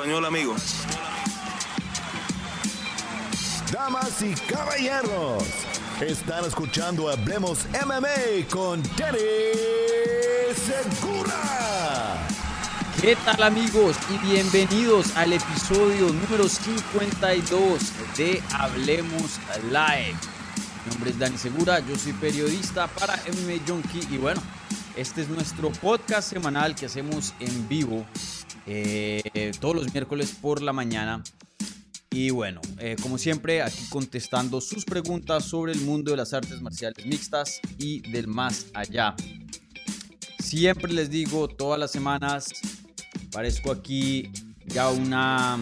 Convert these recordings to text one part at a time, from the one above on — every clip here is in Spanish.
español, amigo. Damas y caballeros, están escuchando Hablemos MMA con Danny Segura. ¿Qué tal, amigos? Y bienvenidos al episodio número 52 de Hablemos Live. Mi nombre es Danny Segura, yo soy periodista para MMA Junkie y bueno, este es nuestro podcast semanal que hacemos en vivo todos los miércoles por la mañana. Y bueno, como siempre, aquí contestando sus preguntas sobre el mundo de las artes marciales mixtas y del más allá. Siempre les digo, todas las semanas, parezco aquí ya una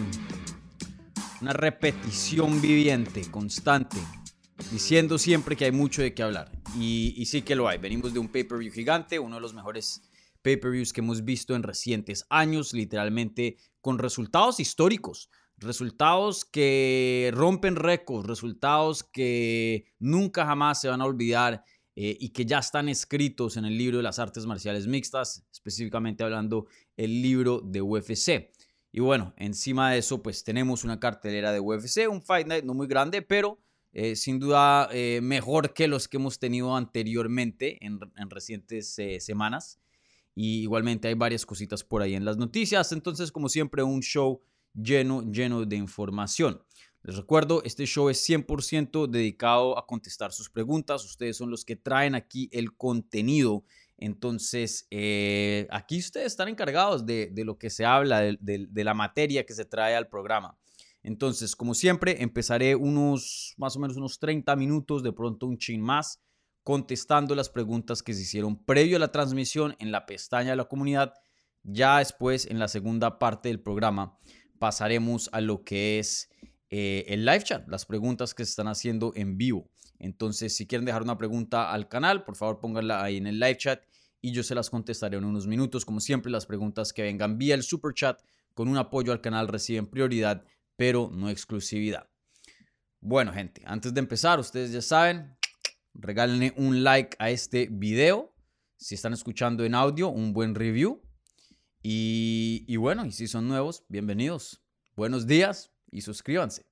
repetición viviente, constante, diciendo siempre que hay mucho de qué hablar. Y sí que lo hay. Venimos de un pay-per-view gigante, uno de los mejores pay-per-views que hemos visto en recientes años, literalmente con resultados históricos. Resultados que rompen récords, resultados que nunca jamás se van a olvidar y que ya están escritos en el libro de las artes marciales mixtas, específicamente hablando el libro de UFC. Y bueno, encima de eso pues tenemos una cartelera de UFC, un Fight Night no muy grande, pero sin duda mejor que los que hemos tenido anteriormente en recientes semanas. Y igualmente hay varias cositas por ahí en las noticias, entonces como siempre un show lleno de información. Les recuerdo, este show es 100% dedicado a contestar sus preguntas. Ustedes son los que traen aquí el contenido. Entonces, aquí ustedes están encargados de lo que se habla, de la materia que se trae al programa. Entonces, como siempre, empezaré más o menos unos 30 minutos, de pronto un chin más, contestando las preguntas que se hicieron previo a la transmisión en la pestaña de la comunidad. Ya después, en la segunda parte del programa, pasaremos a lo que es el live chat, las preguntas que se están haciendo en vivo. Entonces, si quieren dejar una pregunta al canal, por favor pónganla ahí en el live chat y yo se las contestaré en unos minutos. Como siempre, las preguntas que vengan vía el super chat con un apoyo al canal reciben prioridad, pero no exclusividad. Bueno, gente, antes de empezar, ustedes ya saben, regálenle un like a este video. Si están escuchando en audio, un buen review. Y bueno, y si son nuevos, bienvenidos. Buenos días y suscríbanse.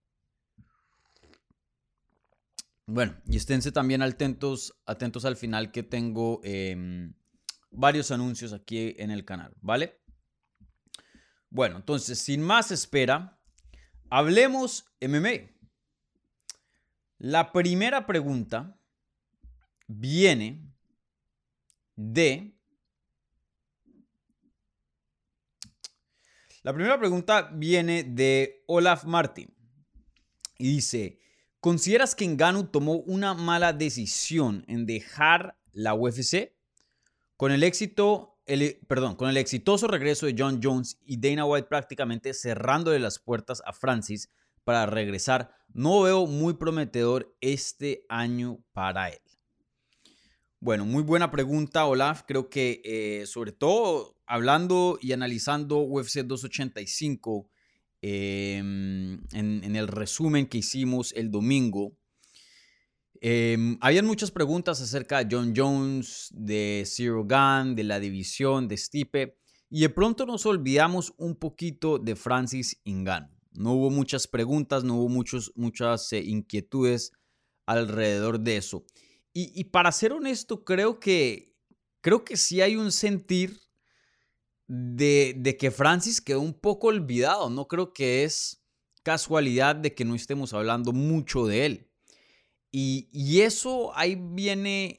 Bueno, y esténse también atentos al final que tengo varios anuncios aquí en el canal, ¿vale? Bueno, entonces, sin más espera, hablemos MMA. La primera pregunta viene de... La primera pregunta viene de Olaf Martin y dice, ¿consideras que Ngannou tomó una mala decisión en dejar la UFC? Con el exitoso regreso de Jon Jones y Dana White prácticamente cerrándole las puertas a Francis para regresar, no veo muy prometedor este año para él. Bueno, muy buena pregunta, Olaf. Creo que sobre todo hablando y analizando UFC 285 en el resumen que hicimos el domingo, habían muchas preguntas acerca de Jon Jones, de Ciryl Gane, de la división, de Stipe, y de pronto nos olvidamos un poquito de Francis Ngannou. No hubo muchas preguntas, no hubo muchas inquietudes alrededor de eso. Y para ser honesto, creo que sí hay un sentir de que Francis quedó un poco olvidado. No creo que es casualidad de que no estemos hablando mucho de él. Y eso ahí viene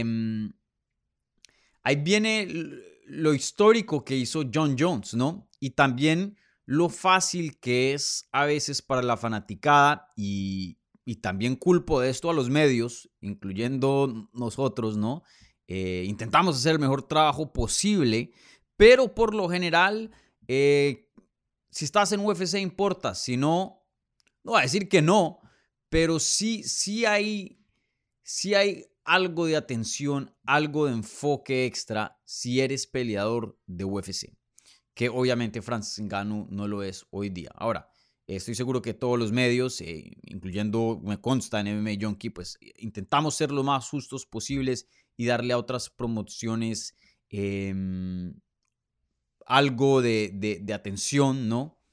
lo histórico que hizo Jon Jones, ¿no? Y también lo fácil que es a veces para la fanaticada y también culpo de esto a los medios, incluyendo nosotros, ¿no? Intentamos hacer el mejor trabajo posible, pero por lo general, si estás en UFC importa, si no, no voy a decir que no, pero sí hay algo de atención, algo de enfoque extra si eres peleador de UFC, que obviamente Francis Ngannou no lo es hoy día. Ahora, estoy seguro que todos los medios, incluyendo, me consta en MMA Junkie, pues intentamos ser lo más justos posibles y darle a otras promociones algo de atención, ¿no?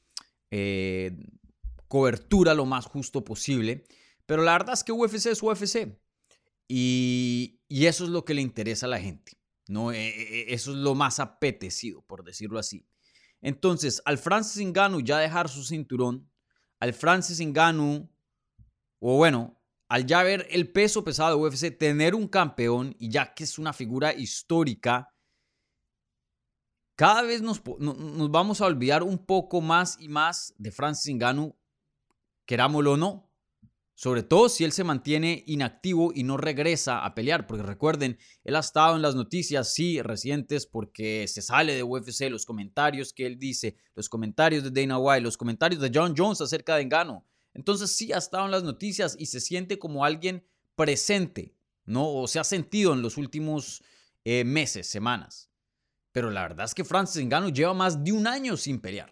cobertura lo más justo posible. Pero la verdad es que UFC es UFC. Y eso es lo que le interesa a la gente, ¿no? Eso es lo más apetecido, por decirlo así. Entonces, al Francis Ngannou ya dejar su cinturón, al Francis Ngannou, o bueno, al ya ver el peso pesado de UFC, tener un campeón, y ya que es una figura histórica, cada vez nos vamos a olvidar un poco más y más de Francis Ngannou, querámoslo o no. Sobre todo si él se mantiene inactivo y no regresa a pelear. Porque recuerden, él ha estado en las noticias, sí, recientes, porque se sale de UFC, los comentarios que él dice, los comentarios de Dana White, los comentarios de Jon Jones acerca de Ngannou. Entonces sí ha estado en las noticias y se siente como alguien presente, ¿no? O se ha sentido en los últimos meses, semanas. Pero la verdad es que Francis Ngannou lleva más de un año sin pelear.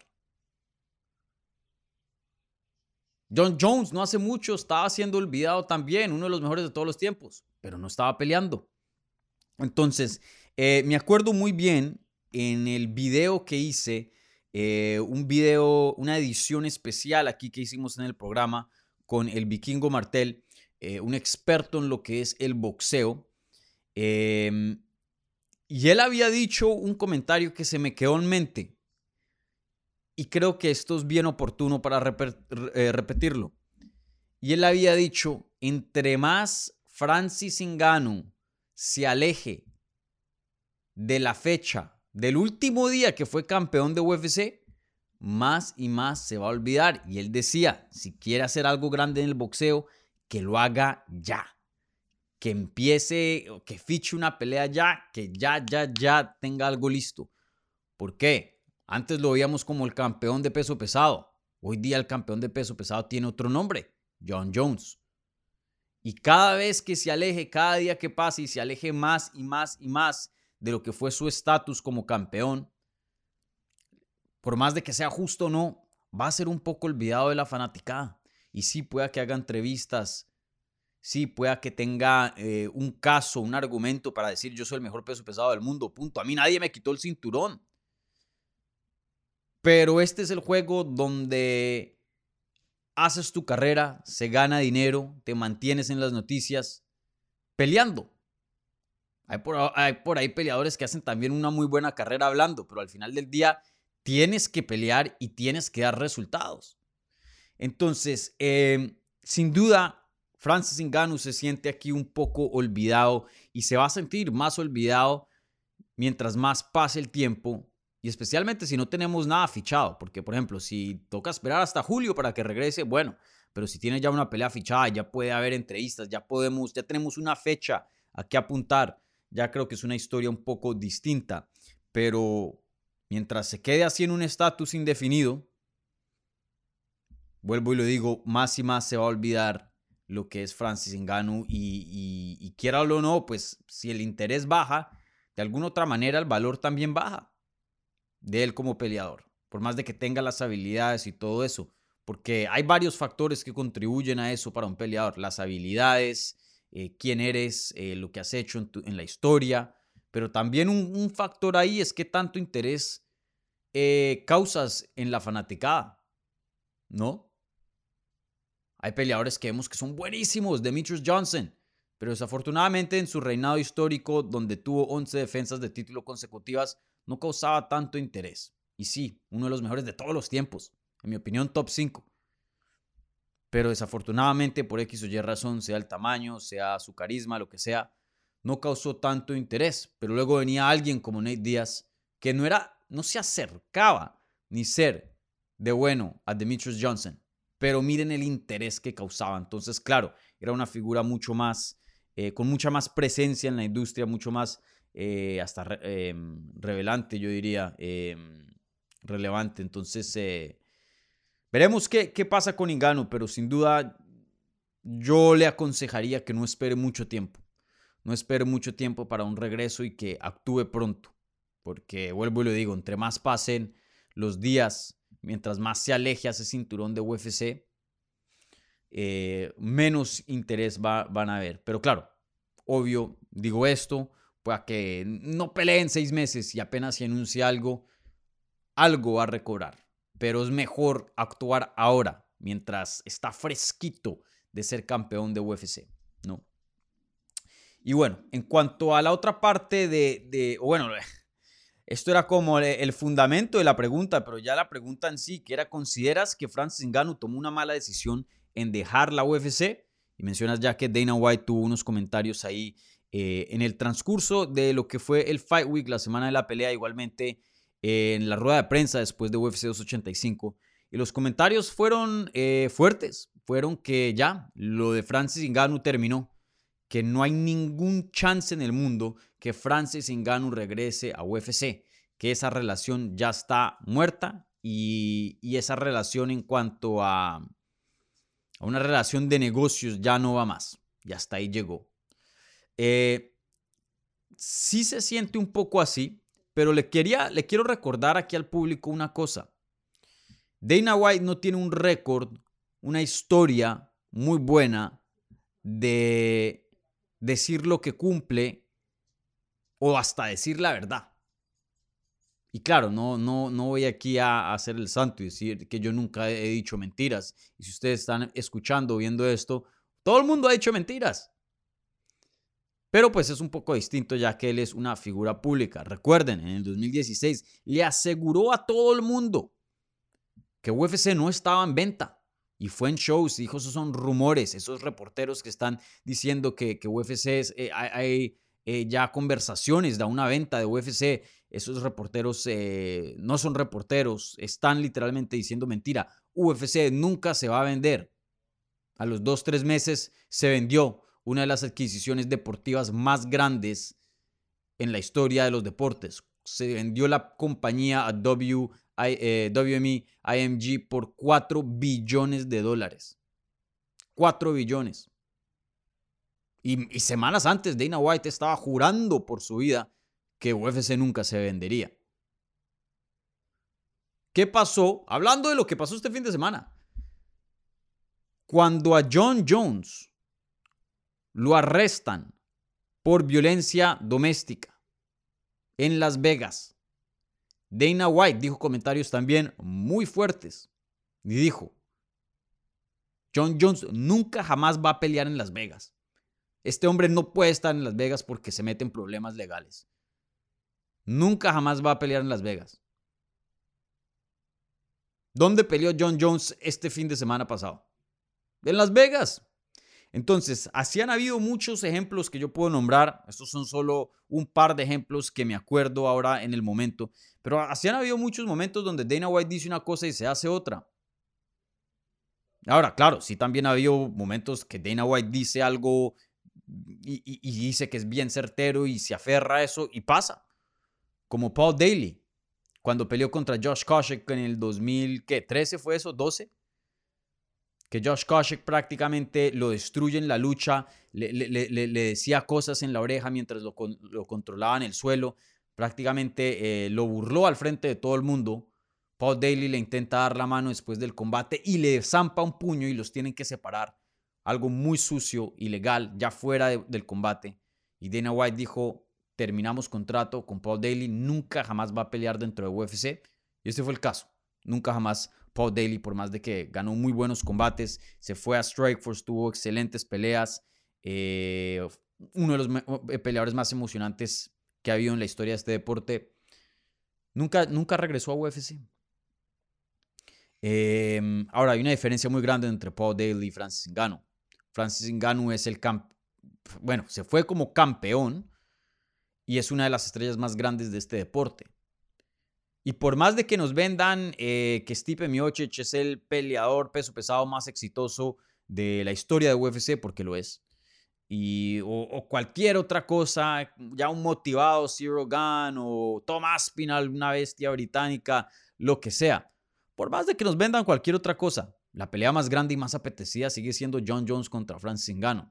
Jon Jones no hace mucho estaba siendo olvidado también, uno de los mejores de todos los tiempos, pero no estaba peleando. Entonces, me acuerdo muy bien en el video que hice, una edición especial aquí que hicimos en el programa con el Vikingo Martel, un experto en lo que es el boxeo. Y él había dicho un comentario que se me quedó en mente. Y creo que esto es bien oportuno para repetirlo. Y él había dicho, entre más Francis Ngannou se aleje de la fecha del último día que fue campeón de UFC, más y más se va a olvidar. Y él decía, si quiere hacer algo grande en el boxeo, que lo haga ya. Que empiece, que fiche una pelea ya, que ya tenga algo listo. ¿Por qué? Antes lo veíamos como el campeón de peso pesado. Hoy día el campeón de peso pesado tiene otro nombre, Jon Jones. Y cada vez que se aleje, cada día que pase y se aleje más y más y más de lo que fue su estatus como campeón, por más de que sea justo o no, va a ser un poco olvidado de la fanaticada. Y sí, pueda que haga entrevistas, sí, pueda que tenga un caso, un argumento para decir yo soy el mejor peso pesado del mundo, punto. A mí nadie me quitó el cinturón. Pero este es el juego donde haces tu carrera, se gana dinero, te mantienes en las noticias peleando. Hay por ahí peleadores que hacen también una muy buena carrera hablando, pero al final del día tienes que pelear y tienes que dar resultados. Entonces, sin duda, Francis Ngannou se siente aquí un poco olvidado y se va a sentir más olvidado mientras más pase el tiempo. Y especialmente si no tenemos nada fichado, porque por ejemplo, si toca esperar hasta julio para que regrese, bueno, pero si tiene ya una pelea fichada, ya puede haber entrevistas, ya tenemos una fecha a qué apuntar, ya creo que es una historia un poco distinta, pero mientras se quede así en un estatus indefinido, vuelvo y lo digo, más y más se va a olvidar lo que es Francis Ngannou y quiera o no, pues si el interés baja, de alguna otra manera el valor también baja de él como peleador, por más de que tenga las habilidades y todo eso, porque hay varios factores que contribuyen a eso para un peleador, las habilidades, quién eres, lo que has hecho en la historia, pero también un factor ahí es qué tanto interés causas en la fanaticada, ¿no? Hay peleadores que vemos que son buenísimos, Demetrious Johnson, pero desafortunadamente en su reinado histórico, donde tuvo 11 defensas de título consecutivas, no causaba tanto interés. Y sí, uno de los mejores de todos los tiempos. En mi opinión, top 5. Pero desafortunadamente, por X o Y razón, sea el tamaño, sea su carisma, lo que sea, no causó tanto interés. Pero luego venía alguien como Nate Diaz, que no se acercaba ni ser de bueno a Demetrious Johnson. Pero miren el interés que causaba. Entonces, claro, era una figura mucho más, con mucha más presencia en la industria, mucho más hasta revelante, yo diría, relevante. Entonces, veremos qué pasa con Ngannou, pero sin duda yo le aconsejaría que no espere mucho tiempo. No espere mucho tiempo para un regreso y que actúe pronto. Porque, vuelvo y lo digo, entre más pasen los días, mientras más se aleje a ese cinturón de UFC, menos interés van a haber. Pero claro, obvio, digo esto, para que no peleen 6 meses y apenas se anuncie algo va a recobrar. pero es mejor actuar ahora, mientras está fresquito de ser campeón de UFC, ¿no? Y bueno, en cuanto a la otra parte bueno, esto era como el fundamento de la pregunta, pero ya la pregunta en sí, que era, ¿consideras que Francis Ngannou tomó una mala decisión en dejar la UFC? Y mencionas ya que Dana White tuvo unos comentarios ahí en el transcurso de lo que fue el Fight Week, la semana de la pelea, igualmente en la rueda de prensa después de UFC 285. Y los comentarios fueron fuertes, fueron que ya lo de Francis Ngannou terminó, que no hay ningún chance en el mundo que Francis Ngannou regrese a UFC, que esa relación ya está muerta y esa relación en cuanto a una relación de negocios ya no va más, ya hasta ahí llegó. Sí se siente un poco así, pero le quiero recordar aquí al público una cosa. Dana White no tiene un récord, una historia muy buena de decir lo que cumple o hasta decir la verdad. Y claro, no voy aquí a hacer el santo y decir que yo nunca he dicho mentiras. Y si ustedes están escuchando o viendo esto, todo el mundo ha dicho mentiras. Pero pues es un poco distinto ya que él es una figura pública. Recuerden, en el 2016 le aseguró a todo el mundo que UFC no estaba en venta. Y fue en shows, dijo, esos son rumores, esos reporteros que están diciendo que UFC hay ya conversaciones de una venta de UFC. Esos reporteros no son reporteros, están literalmente diciendo mentira. UFC nunca se va a vender. A los 2-3 meses se vendió, una de las adquisiciones deportivas más grandes en la historia de los deportes. Se vendió la compañía a WME IMG por $4 billones. 4 billones. Y semanas antes, Dana White estaba jurando por su vida que UFC nunca se vendería. ¿Qué pasó? Hablando de lo que pasó este fin de semana. Cuando a Jon Jones lo arrestan por violencia doméstica en Las Vegas, Dana White dijo comentarios también muy fuertes y dijo, Jon Jones nunca jamás va a pelear en Las Vegas. Este hombre no puede estar en Las Vegas porque se mete en problemas legales. Nunca jamás va a pelear en Las Vegas. ¿Dónde peleó Jon Jones este fin de semana pasado? En Las Vegas. Entonces, así han habido muchos ejemplos que yo puedo nombrar. Estos son solo un par de ejemplos que me acuerdo ahora en el momento. Pero así han habido muchos momentos donde Dana White dice una cosa y se hace otra. Ahora, claro, sí también ha habido momentos que Dana White dice algo y dice que es bien certero y se aferra a eso y pasa. Como Paul Daley, cuando peleó contra Josh Koscheck en el 2013, ¿fue eso? ¿12? Que Josh Koscheck prácticamente lo destruye en la lucha, le decía cosas en la oreja mientras lo controlaba en el suelo, prácticamente lo burló al frente de todo el mundo. Paul Daley le intenta dar la mano después del combate y le zampa un puño y los tienen que separar. Algo muy sucio, ilegal, ya fuera del combate. Y Dana White dijo, terminamos contrato con Paul Daley, nunca jamás va a pelear dentro de UFC. Y este fue el caso. Nunca jamás Paul Daley, por más de que ganó muy buenos combates, se fue a Strikeforce, tuvo excelentes peleas. Uno de los peleadores más emocionantes que ha habido en la historia de este deporte. Nunca regresó a UFC. Ahora, hay una diferencia muy grande entre Paul Daley y Francis Ngannou. Francis Ngannou es se fue como campeón y es una de las estrellas más grandes de este deporte. Y por más de que nos vendan que Stipe Miocic es el peleador peso pesado más exitoso de la historia de UFC, porque lo es, o cualquier otra cosa, ya un motivado Cyril Gane o Tom Aspinall, una bestia británica, lo que sea. Por más de que nos vendan cualquier otra cosa, la pelea más grande y más apetecida sigue siendo Jon Jones contra Francis Ngannou.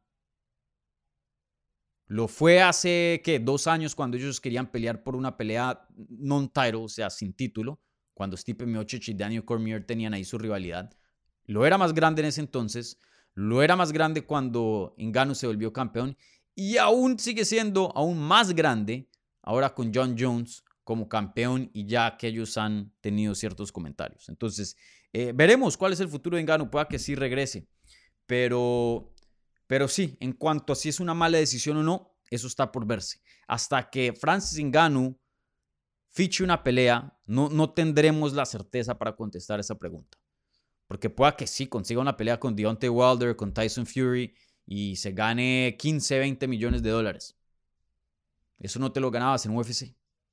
Lo fue hace, 2 años cuando ellos querían pelear por una pelea non-title, o sea, sin título, cuando Stipe Miocic y Daniel Cormier tenían ahí su rivalidad. Lo era más grande en ese entonces, lo era más grande cuando Ngannou se volvió campeón y aún sigue siendo aún más grande ahora con Jon Jones como campeón y ya que ellos han tenido ciertos comentarios. Entonces, veremos cuál es el futuro de Ngannou. Pueda que sí regrese. Pero sí, en cuanto a si es una mala decisión o no, eso está por verse. Hasta que Francis Ngannou fiche una pelea, no tendremos la certeza para contestar esa pregunta. Porque pueda que sí, consiga una pelea con Deontay Wilder, con Tyson Fury y se gane 15, 20 millones de dólares. Eso no te lo ganabas en UFC.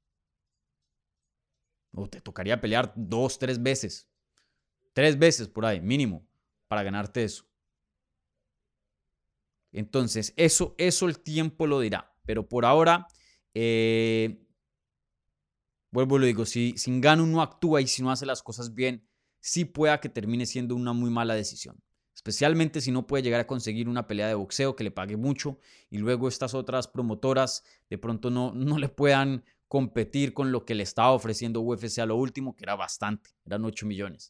O te tocaría pelear 2, 3 veces. 3 veces por ahí, mínimo, para ganarte eso. Entonces, eso el tiempo lo dirá. Pero por ahora, vuelvo y lo digo, si Ngannou no actúa y si no hace las cosas bien, sí pueda que termine siendo una muy mala decisión. Especialmente si no puede llegar a conseguir una pelea de boxeo que le pague mucho y luego estas otras promotoras de pronto no le puedan competir con lo que le estaba ofreciendo UFC a lo último, que era bastante, eran 8 millones.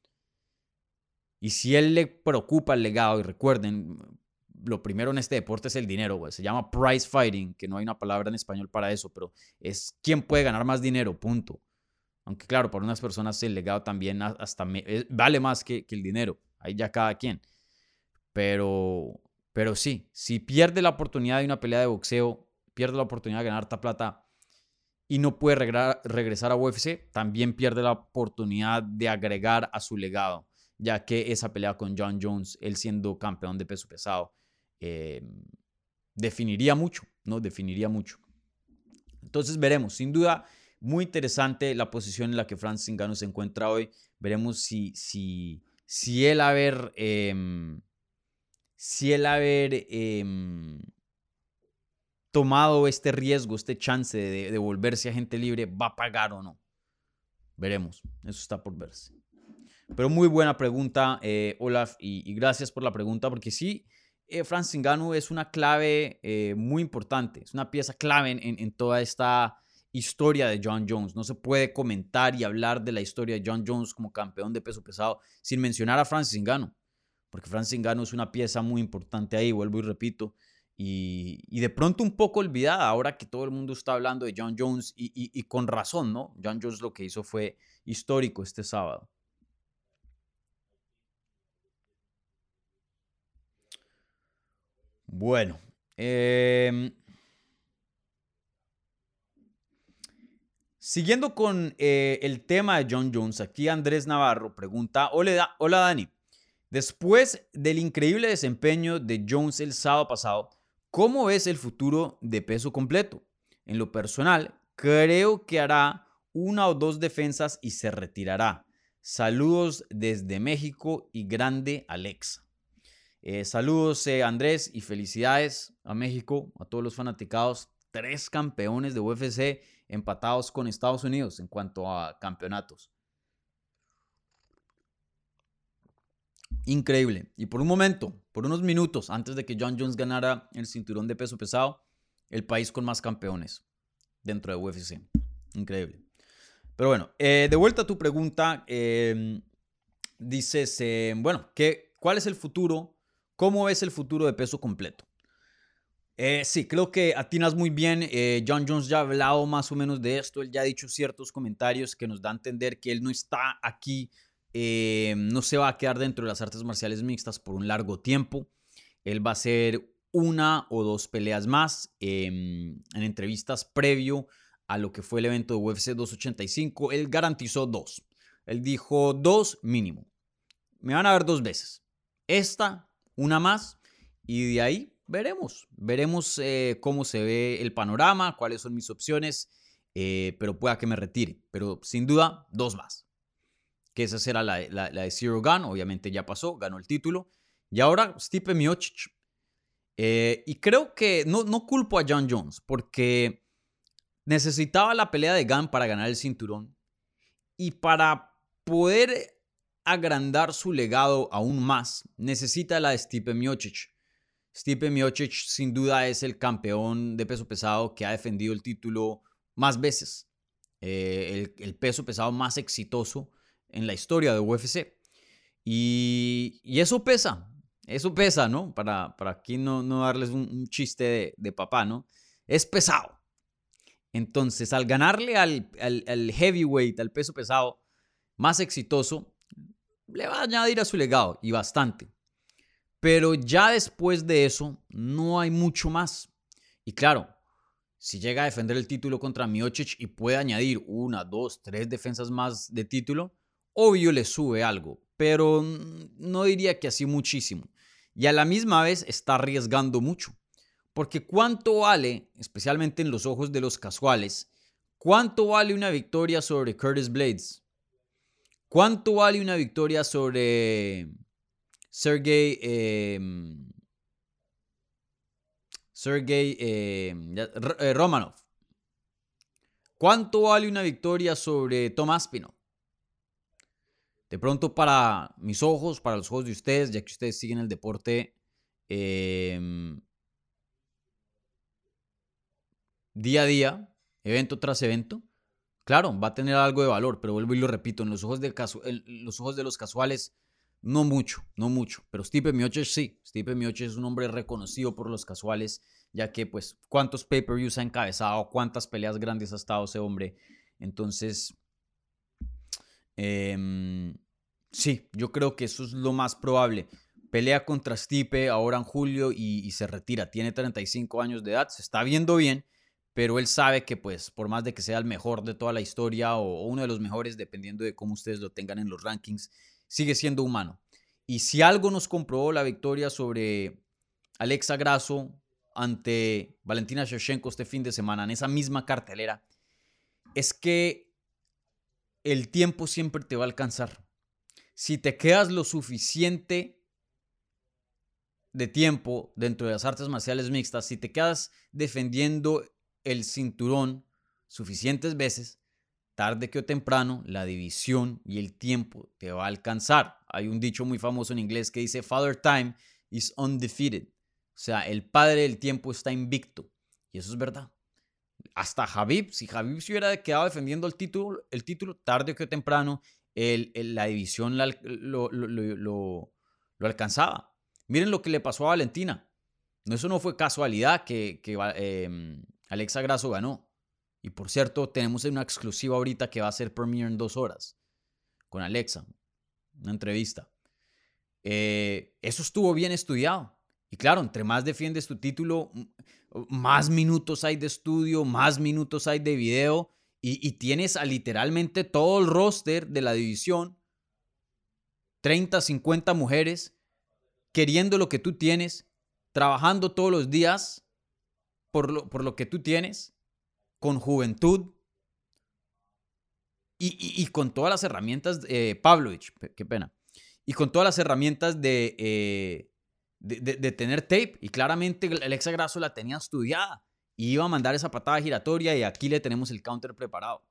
Y si él le preocupa el legado, y recuerden, lo primero en este deporte es el dinero, güey. Se llama prize fighting, que no hay una palabra en español para eso, pero es quién puede ganar más dinero, punto. Aunque claro, para unas personas el legado también hasta vale más que el dinero. Ahí ya cada quien. Pero sí, si pierde la oportunidad de una pelea de boxeo, pierde la oportunidad de ganar harta plata y no puede regresar a UFC, también pierde la oportunidad de agregar a su legado, ya que esa pelea con Jon Jones, él siendo campeón de peso pesado, definiría mucho, ¿no? Definiría mucho. Entonces veremos, sin duda, muy interesante la posición en la que Francis Ngannou se encuentra hoy. Veremos si él haber tomado este riesgo, este chance de volverse agente libre, va a pagar o no. Veremos, eso está por verse. Pero muy buena pregunta, Olaf, y gracias por la pregunta, porque sí, Francis Ngannou es una clave muy importante, es una pieza clave en toda esta historia de Jon Jones. No se puede comentar y hablar de la historia de Jon Jones como campeón de peso pesado sin mencionar a Francis Ngannou, porque Francis Ngannou es una pieza muy importante ahí, vuelvo y repito, y de pronto un poco olvidada ahora que todo el mundo está hablando de Jon Jones y con razón, ¿no? Jon Jones lo que hizo fue histórico este sábado. Bueno, siguiendo con el tema de Jon Jones, aquí Andrés Navarro pregunta, hola Dani, después del increíble desempeño de Jones el sábado pasado, ¿cómo ves el futuro de peso completo? En lo personal, creo que hará 1 o 2 defensas y se retirará. Saludos desde México y grande Alexa. Saludos Andrés y felicidades a México, a todos los fanaticados. 3 campeones de UFC empatados con Estados Unidos en cuanto a campeonatos. Increíble. Y por un momento, por unos minutos antes de que Jon Jones ganara el cinturón de peso pesado, el país con más campeones dentro de UFC. Increíble. Pero bueno, de vuelta a tu pregunta, dices, bueno, ¿cuál es el futuro? ¿Cómo ves el futuro de peso completo? Sí, creo que atinas muy bien. Jon Jones ya ha hablado más o menos de esto. Él ya ha dicho ciertos comentarios que nos da a entender que él no está aquí, no se va a quedar dentro de las artes marciales mixtas por un largo tiempo. Él va a hacer 1 o 2 peleas más. En entrevistas previo a lo que fue el evento de UFC 285, él garantizó 2. Él dijo 2 mínimo. Me van a ver 2 veces. Esta, una más, y de ahí veremos cómo se ve el panorama, cuáles son mis opciones, pero pueda que me retire. Pero sin duda, 2 más. Que esa será la de Zero Gun, obviamente ya pasó, ganó el título. Y ahora Stipe Miocic. Y creo que no culpo a Jon Jones, porque necesitaba la pelea de Gunn para ganar el cinturón. Y para poder agrandar su legado aún más, necesita la de Stipe Miocic. Stipe Miocic sin duda es el campeón de peso pesado que ha defendido el título más veces. El peso pesado más exitoso en la historia de UFC. Y eso pesa, ¿no? Para aquí no darles un chiste de papá, ¿no? Es pesado. Entonces, al ganarle al heavyweight, al peso pesado más exitoso, le va a añadir a su legado, y bastante. Pero ya después de eso, no hay mucho más. Y claro, si llega a defender el título contra Miocic y puede añadir 1, 2, 3 defensas más de título, obvio le sube algo, pero no diría que así muchísimo. Y a la misma vez está arriesgando mucho. Porque ¿cuánto vale, especialmente en los ojos de los casuales, cuánto vale una victoria sobre Curtis Blades? ¿Cuánto vale una victoria sobre Sergey Romanov? ¿Cuánto vale una victoria sobre Tom Aspinall? De pronto, para mis ojos, para los ojos de ustedes, ya que ustedes siguen el deporte día a día, evento tras evento, claro, va a tener algo de valor, pero vuelvo y lo repito, en los ojos de los casuales, no mucho, no mucho. Pero Stipe Miocic sí. Stipe Miocic es un hombre reconocido por los casuales, ya que, pues, cuántos pay-per-views ha encabezado, cuántas peleas grandes ha estado ese hombre. Entonces, sí, yo creo que eso es lo más probable. Pelea contra Stipe ahora en julio y se retira. Tiene 35 años de edad, se está viendo bien, pero él sabe que, pues, por más de que sea el mejor de toda la historia o uno de los mejores, dependiendo de cómo ustedes lo tengan en los rankings, sigue siendo humano. Y si algo nos comprobó la victoria sobre Alexa Grasso ante Valentina Shevchenko este fin de semana, en esa misma cartelera, es que el tiempo siempre te va a alcanzar. Si te quedas lo suficiente de tiempo dentro de las artes marciales mixtas, si te quedas defendiendo el cinturón suficientes veces, tarde que o temprano, la división y el tiempo te va a alcanzar. Hay un dicho muy famoso en inglés que dice Father Time is undefeated. O sea, el padre del tiempo está invicto. Y eso es verdad. Hasta Khabib, si Khabib se hubiera quedado defendiendo el título tarde que o temprano, la división lo alcanzaba. Miren lo que le pasó a Valentina. Eso no fue casualidad que Alexa Grasso ganó. Y por cierto, tenemos una exclusiva ahorita que va a ser premiere en 2 horas con Alexa, una entrevista. Eso estuvo bien estudiado. Y claro, entre más defiendes tu título, más minutos hay de estudio, más minutos hay de video y tienes a literalmente todo el roster de la división, 30, 50 mujeres, queriendo lo que tú tienes, trabajando todos los días por lo que tú tienes, con juventud y con todas las herramientas, Pavlovich, qué pena, y con todas las herramientas de tener tape. Y claramente Alexa Grasso la tenía estudiada y iba a mandar esa patada giratoria y aquí le tenemos el counter preparado.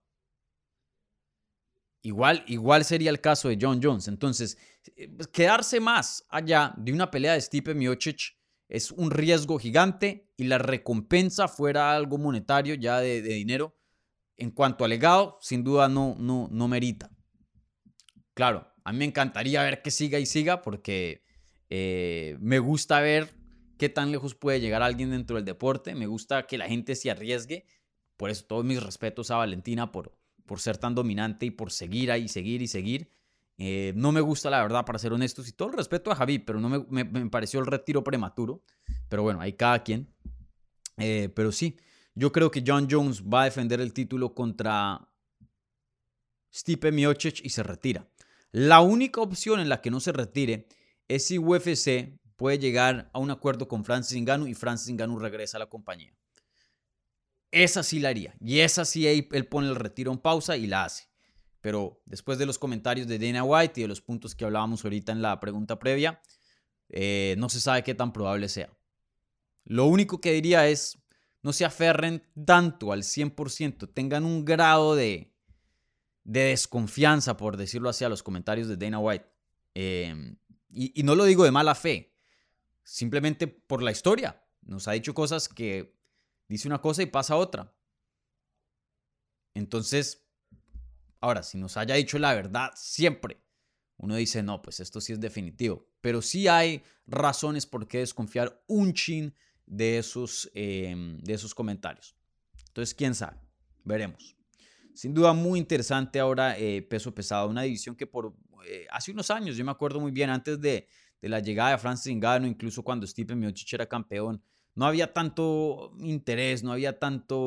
Igual sería el caso de Jon Jones. Entonces, quedarse más allá de una pelea de Stipe Miocic es un riesgo gigante y la recompensa fuera algo monetario ya de dinero. En cuanto al legado, sin duda no merita. Claro, a mí me encantaría ver que siga y siga porque me gusta ver qué tan lejos puede llegar alguien dentro del deporte. Me gusta que la gente se arriesgue. Por eso todos mis respetos a Valentina por ser tan dominante y por seguir ahí, seguir y seguir. No me gusta, la verdad, para ser honestos, y todo el respeto a Khabib, pero no me pareció el retiro prematuro. Pero bueno, ahí cada quien. Pero sí, yo creo que Jon Jones va a defender el título contra Stipe Miocic y se retira. La única opción en la que no se retire es si UFC puede llegar a un acuerdo con Francis Ngannou y Francis Ngannou regresa a la compañía. Esa sí la haría. Y esa sí él pone el retiro en pausa y la hace. Pero después de los comentarios de Dana White y de los puntos que hablábamos ahorita en la pregunta previa, no se sabe qué tan probable sea. Lo único que diría es, no se aferren tanto al 100%, tengan un grado de desconfianza, por decirlo así, a los comentarios de Dana White. Y no lo digo de mala fe, simplemente por la historia. Nos ha dicho cosas que dice una cosa y pasa otra. Entonces, ahora, si nos haya dicho la verdad siempre, uno dice, no, pues esto sí es definitivo. Pero sí hay razones por qué desconfiar un chin de esos comentarios. Entonces, quién sabe. Veremos. Sin duda muy interesante ahora peso pesado, una división que por hace unos años, yo me acuerdo muy bien, antes de la llegada de Francis Ngannou, incluso cuando Stipe Miocic era campeón, no había tanto interés, no había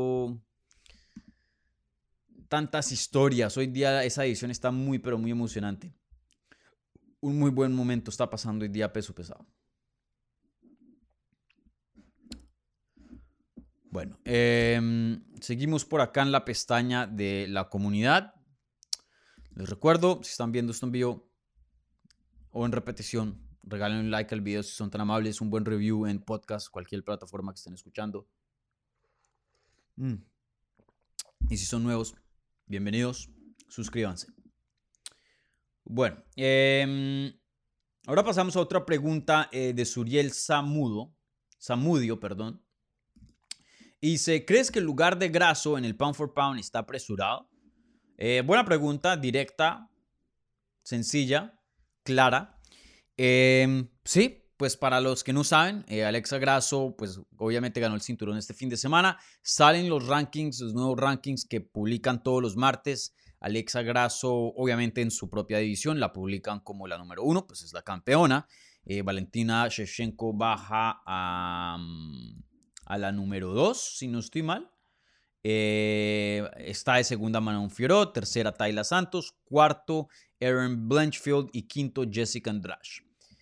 tantas historias. Hoy día esa división está muy, pero muy emocionante. Un muy buen momento está pasando hoy día peso pesado. Bueno, seguimos por acá en la pestaña de la comunidad. Les recuerdo, si están viendo esto en vivo o en repetición, regalen un like al video si son tan amables, un buen review en podcast, cualquier plataforma que estén escuchando. Y si son nuevos, bienvenidos, suscríbanse. Bueno, ahora pasamos a otra pregunta de Suriel Zamudio, perdón. Y dice, ¿crees que el lugar de Grasso en el pound for pound está apresurado? Buena pregunta, directa, sencilla, clara. Sí, pues para los que no saben, Alexa Grasso, pues obviamente ganó el cinturón este fin de semana. Salen los rankings, los nuevos rankings que publican todos los martes. Alexa Grasso, obviamente en su propia división, la publican como la número 1, pues es la campeona. Valentina Shevchenko baja a la número 2, si no estoy mal. Está de segunda Manon Fiorot, tercera Tayla Santos, cuarto Erin Blanchfield y quinto Jessica Andrade.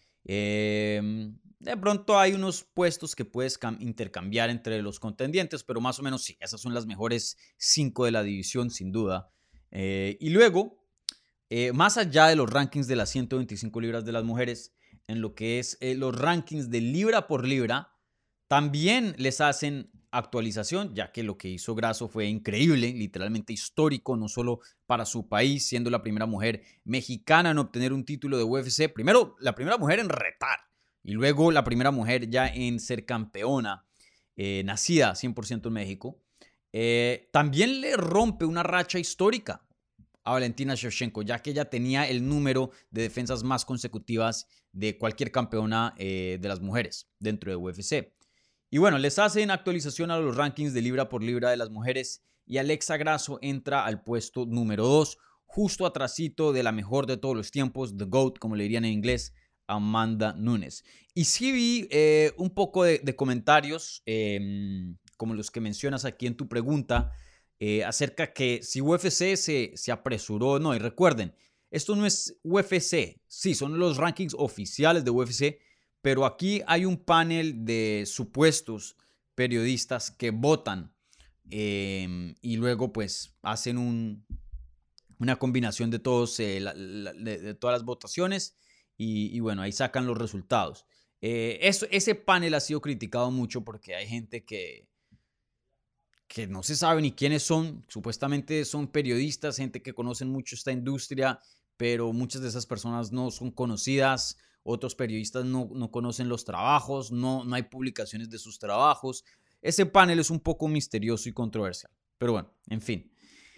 De pronto hay unos puestos que puedes intercambiar entre los contendientes, pero más o menos sí, esas son las mejores 5 de la división sin duda. Y luego, más allá de los rankings de las 125 libras de las mujeres, en lo que es los rankings de libra por libra, también les hacen actualización, ya que lo que hizo Grasso fue increíble, literalmente histórico, no solo para su país, siendo la primera mujer mexicana en obtener un título de UFC, primero la primera mujer en retar, y luego la primera mujer ya en ser campeona, nacida 100% en México. También le rompe una racha histórica a Valentina Shevchenko, ya que ella tenía el número de defensas más consecutivas de cualquier campeona de las mujeres dentro de UFC. Y bueno, les hacen actualización a los rankings de libra por libra de las mujeres y Alexa Grasso entra al puesto número 2, justo atrasito de la mejor de todos los tiempos, The GOAT, como le dirían en inglés, Amanda Nunes. Y sí vi un poco de comentarios, como los que mencionas aquí en tu pregunta, acerca que si UFC se apresuró o no. Y recuerden, esto no es UFC, sí, son los rankings oficiales de UFC, pero aquí hay un panel de supuestos periodistas que votan y luego pues hacen una combinación de todos de todas las votaciones y bueno, ahí sacan los resultados. Ese panel ha sido criticado mucho porque hay gente que no se sabe ni quiénes son, supuestamente son periodistas, gente que conocen mucho esta industria, pero muchas de esas personas no son conocidas. Otros periodistas no conocen los trabajos, no hay publicaciones de sus trabajos. Ese panel es un poco misterioso y controversial. Pero bueno, en fin.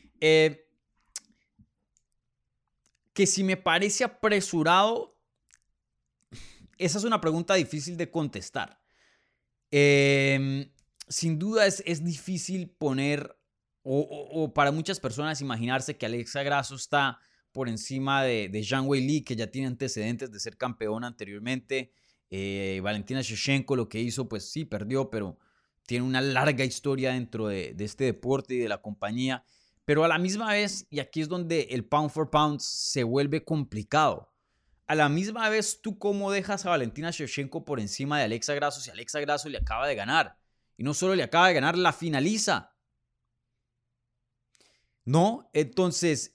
Que si me parece apresurado, esa es una pregunta difícil de contestar. Sin duda es difícil poner, o para muchas personas imaginarse que Alexa Grasso está por encima de Zhang Weili, que ya tiene antecedentes de ser campeona anteriormente. Valentina Shevchenko lo que hizo, pues sí, perdió, pero tiene una larga historia dentro de este deporte y de la compañía. Pero a la misma vez, y aquí es donde el pound for pound se vuelve complicado, a la misma vez, ¿tú cómo dejas a Valentina Shevchenko por encima de Alexa Grasso si Alexa Grasso le acaba de ganar? Y no solo le acaba de ganar, la finaliza. ¿No? Entonces,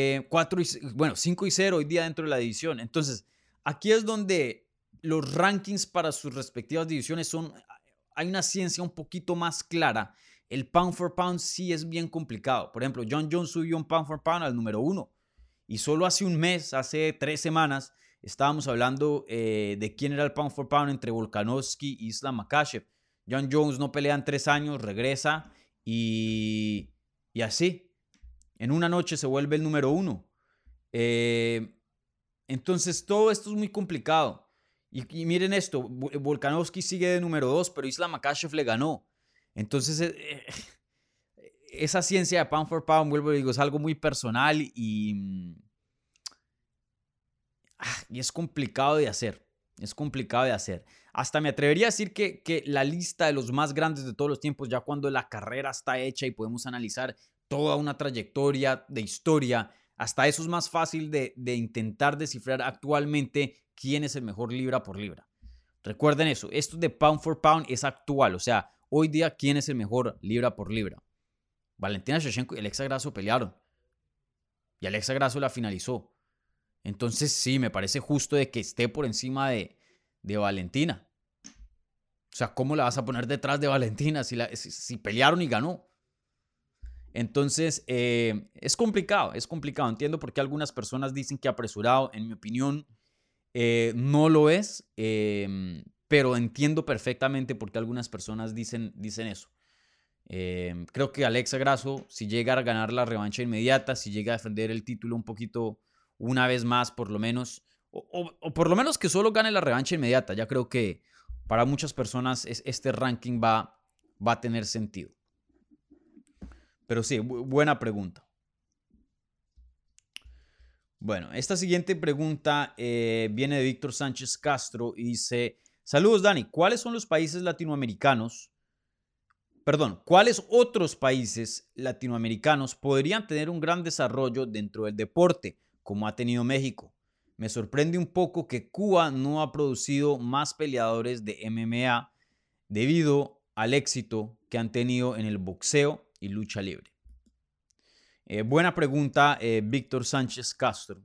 5-0 hoy día dentro de la división. Entonces, aquí es donde los rankings para sus respectivas divisiones hay una ciencia un poquito más clara. El pound for pound sí es bien complicado. Por ejemplo, Jon Jones subió un pound for pound al número 1. Y solo hace un mes, hace 3 semanas, estábamos hablando de quién era el pound for pound entre Volkanovski y Islam Makhachev. Jon Jones no pelea en 3 años, regresa y así. En una noche se vuelve el número 1. Entonces todo esto es muy complicado. Y miren esto, Volkanovski sigue de número 2, pero Islam Makhachev le ganó. Entonces esa ciencia de pound for pound, vuelvo y digo, es algo muy personal y es complicado de hacer. Es complicado de hacer. Hasta me atrevería a decir que la lista de los más grandes de todos los tiempos, ya cuando la carrera está hecha y podemos analizar toda una trayectoria de historia, hasta eso es más fácil de intentar descifrar actualmente quién es el mejor libra por libra. Recuerden eso, esto de pound for pound es actual, o sea, hoy día quién es el mejor libra por libra. Valentina Shevchenko y Alexa Grasso pelearon y Alexa Grasso la finalizó. Entonces sí, me parece justo de que esté por encima de Valentina. O sea, ¿cómo la vas a poner detrás de Valentina si pelearon y ganó? Entonces, es complicado. Entiendo por qué algunas personas dicen que apresurado. En mi opinión, no lo es, pero entiendo perfectamente por qué algunas personas dicen eso. Creo que Alexa Grasso, si llega a ganar la revancha inmediata, si llega a defender el título un poquito una vez más, por lo menos, o por lo menos que solo gane la revancha inmediata, ya creo que para muchas personas este ranking va a tener sentido. Pero sí, buena pregunta. Bueno, esta siguiente pregunta viene de Víctor Sánchez Castro y dice: saludos Dani, ¿cuáles otros países latinoamericanos podrían tener un gran desarrollo dentro del deporte, como ha tenido México? Me sorprende un poco que Cuba no ha producido más peleadores de MMA debido al éxito que han tenido en el boxeo y lucha libre. Buena pregunta, Víctor Sánchez Castro.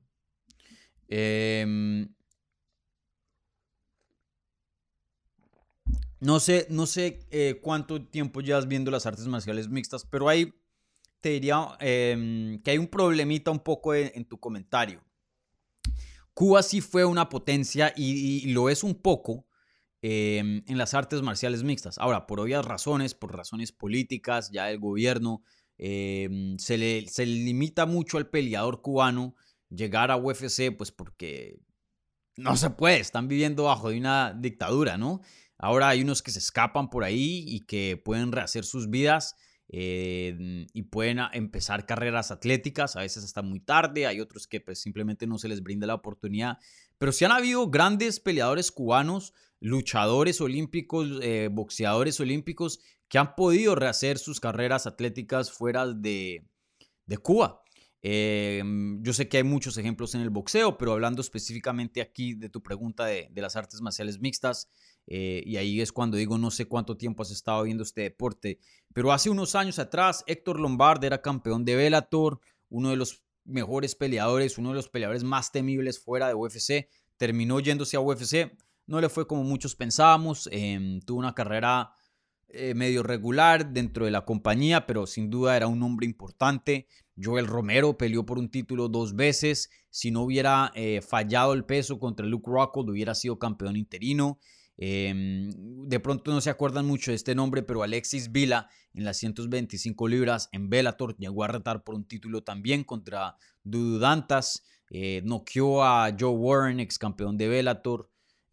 No sé cuánto tiempo llevas viendo las artes marciales mixtas, pero ahí te diría que hay un problemita un poco en tu comentario. Cuba sí fue una potencia y lo es un poco en las artes marciales mixtas. Ahora, por obvias razones, por razones políticas, ya el gobierno se le limita mucho al peleador cubano llegar a UFC, pues porque no se puede, están viviendo bajo de una dictadura, ¿no? Ahora hay unos que se escapan por ahí y que pueden rehacer sus vidas y pueden empezar carreras atléticas, a veces hasta muy tarde, hay otros que pues simplemente no se les brinda la oportunidad, pero sí han habido grandes peleadores cubanos, luchadores olímpicos, boxeadores olímpicos que han podido rehacer sus carreras atléticas fuera de Cuba. Yo sé que hay muchos ejemplos en el boxeo, pero hablando específicamente aquí de tu pregunta de las artes marciales mixtas, y ahí es cuando digo no sé cuánto tiempo has estado viendo este deporte, pero hace unos años atrás Héctor Lombard era campeón de Bellator, uno de los mejores peleadores, uno de los peleadores más temibles fuera de UFC, terminó yéndose a UFC, no le fue como muchos pensábamos, tuvo una carrera medio regular dentro de la compañía, pero sin duda era un hombre importante. Joel Romero peleó por un título 2 veces. Si no hubiera fallado el peso contra Luke Rockhold, hubiera sido campeón interino. De pronto no se acuerdan mucho de este nombre, pero Alexis Vila en las 125 libras en Bellator llegó a retar por un título también contra Dudu Dantas. Noqueó a Joe Warren, ex campeón de Bellator.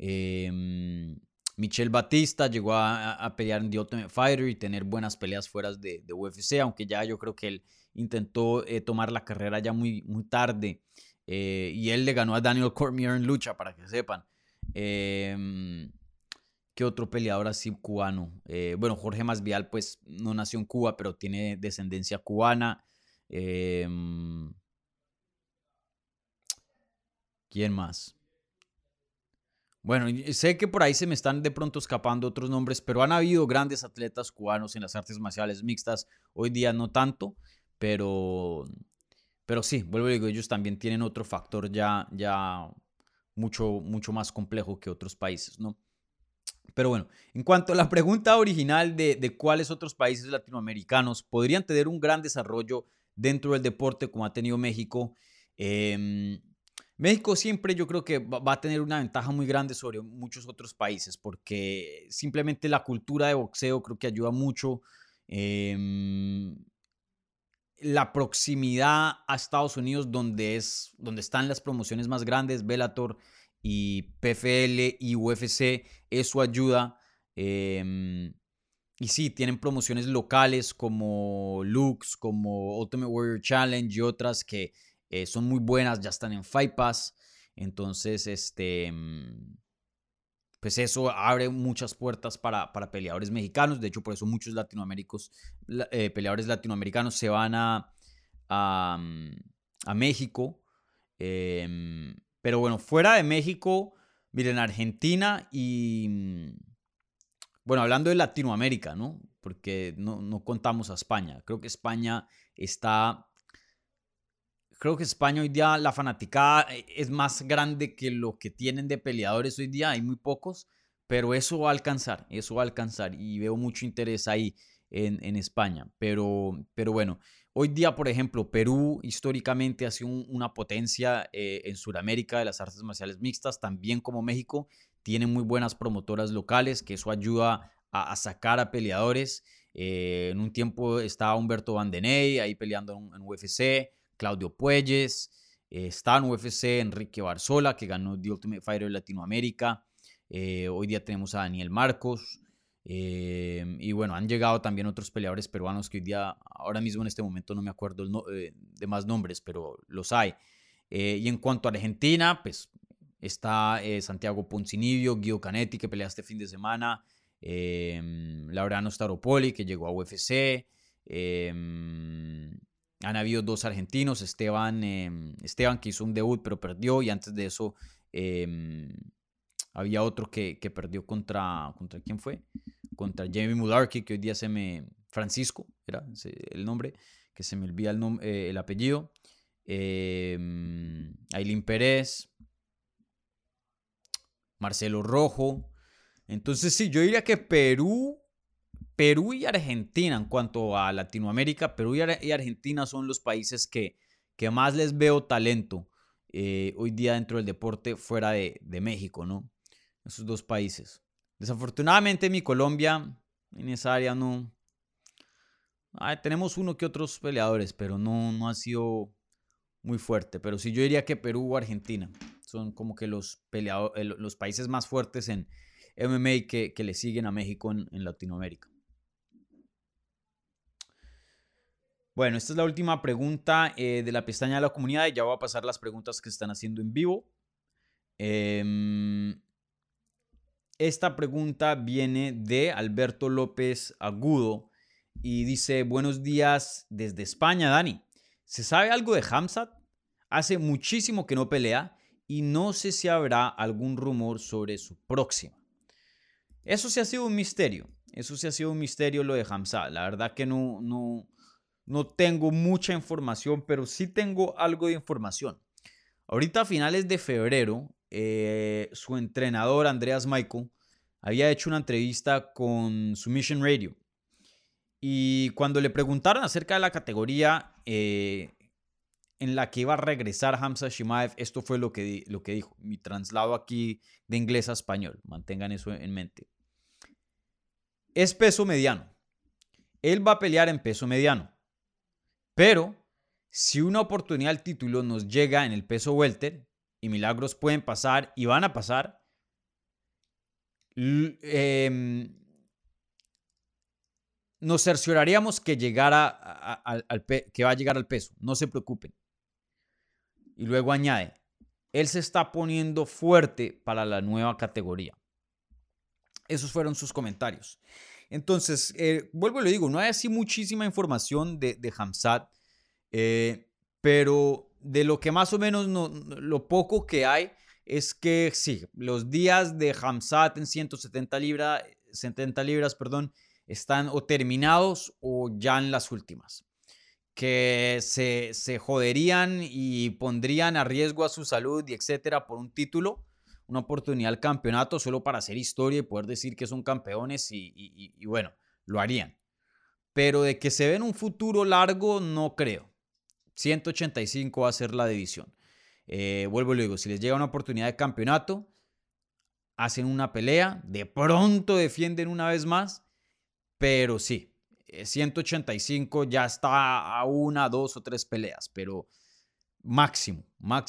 Michel Batista llegó a pelear en The Ultimate Fighter y tener buenas peleas fuera de UFC, aunque ya yo creo que él intentó tomar la carrera ya muy, muy tarde. Y él le ganó a Daniel Cormier en lucha, para que sepan. ¿Qué otro peleador así cubano? Bueno, Jorge Masvidal pues no nació en Cuba, pero tiene descendencia cubana. ¿Quién más? Bueno, sé que por ahí se me están de pronto escapando otros nombres, pero han habido grandes atletas cubanos en las artes marciales mixtas. Hoy día no tanto, pero sí, vuelvo a decir, ellos también tienen otro factor ya mucho, mucho más complejo que otros países, ¿no? Pero bueno, en cuanto a la pregunta original de cuáles otros países latinoamericanos podrían tener un gran desarrollo dentro del deporte como ha tenido México, México siempre yo creo que va a tener una ventaja muy grande sobre muchos otros países porque simplemente la cultura de boxeo creo que ayuda mucho. La proximidad a Estados Unidos donde están las promociones más grandes, Bellator y PFL y UFC, eso ayuda. y sí, tienen promociones locales como Lux, como Ultimate Warrior Challenge y otras que son muy buenas, ya están en Fight Pass. Entonces, pues eso abre muchas puertas para peleadores mexicanos. De hecho, por eso muchos peleadores latinoamericanos se van a, a México. Pero bueno, fuera de México, miren, Argentina y... Bueno, hablando de Latinoamérica, ¿no? Porque no contamos a España. Creo que España hoy día, la fanaticada es más grande que lo que tienen de peleadores hoy día. Hay muy pocos, pero eso va a alcanzar, Y veo mucho interés ahí en España. Pero bueno, hoy día, por ejemplo, Perú históricamente ha sido una potencia en Sudamérica de las artes marciales mixtas, también como México. Tiene muy buenas promotoras locales, que eso ayuda a sacar a peleadores. En un tiempo estaba Humberto Bandeney ahí peleando en UFC. Claudio Puelles, está en UFC Enrique Barzola, que ganó The Ultimate Fighter Latinoamérica. Hoy día tenemos a Daniel Marcos. Y bueno, han llegado también otros peleadores peruanos que hoy día, ahora mismo en este momento no me acuerdo de más nombres, pero los hay. Y en cuanto a Argentina, pues está Santiago Ponzinibbio, Guido Canetti, que pelea este fin de semana. Laureano Staropoli, que llegó a UFC. Han habido dos argentinos, Esteban que hizo un debut pero perdió, y antes de eso había otro que perdió ¿contra quién fue? Contra Jamie Mularkey, que hoy día Francisco era el nombre, que se me olvida el apellido. Ailín Pérez, Marcelo Rojo. Entonces sí, yo diría que Perú y Argentina, en cuanto a Latinoamérica, Perú y Argentina son los países que más les veo talento hoy día dentro del deporte fuera de México, ¿no? Esos dos países. Desafortunadamente mi Colombia en esa área no... tenemos uno que otros peleadores, pero no ha sido muy fuerte. Pero sí, yo diría que Perú o Argentina son como que los países más fuertes en MMA que le siguen a México en Latinoamérica. Bueno, esta es la última pregunta de la pestaña de la comunidad y ya voy a pasar las preguntas que están haciendo en vivo. Esta pregunta viene de Alberto López Agudo y dice: buenos días desde España, Dani. ¿Se sabe algo de Khamzat? Hace muchísimo que no pelea y no sé si habrá algún rumor sobre su próxima. Eso sí ha sido un misterio. Lo de Khamzat. La verdad que no tengo mucha información, pero sí tengo algo de información. Ahorita a finales de febrero, su entrenador, Andreas Michael, había hecho una entrevista con Submission Radio. Y cuando le preguntaron acerca de la categoría en la que iba a regresar Khamzat Chimaev, esto fue lo que dijo. Mi traslado aquí de inglés a español. Mantengan eso en mente. Es peso mediano. Él va a pelear en peso mediano. Pero si una oportunidad al título nos llega en el peso welter, y milagros pueden pasar y van a pasar, nos cercioraríamos que que va a llegar al peso. No se preocupen. Y luego añade: él se está poniendo fuerte para la nueva categoría. Esos fueron sus comentarios. Entonces, vuelvo y le digo, no hay así muchísima información de Khamzat, pero de lo que más o menos lo poco que hay es que sí, los días de Khamzat en 170 libras, están o terminados o ya en las últimas. Que se joderían y pondrían a riesgo a su salud y etcétera por un título, una oportunidad al campeonato solo para hacer historia y poder decir que son campeones y bueno, lo harían. Pero de que se ve en un futuro largo, no creo. 185 va a ser la división. Vuelvo y le digo, si les llega una oportunidad de campeonato, hacen una pelea, de pronto defienden una vez más, pero sí, 185 ya está a 1, 2 o 3 peleas, pero máximo.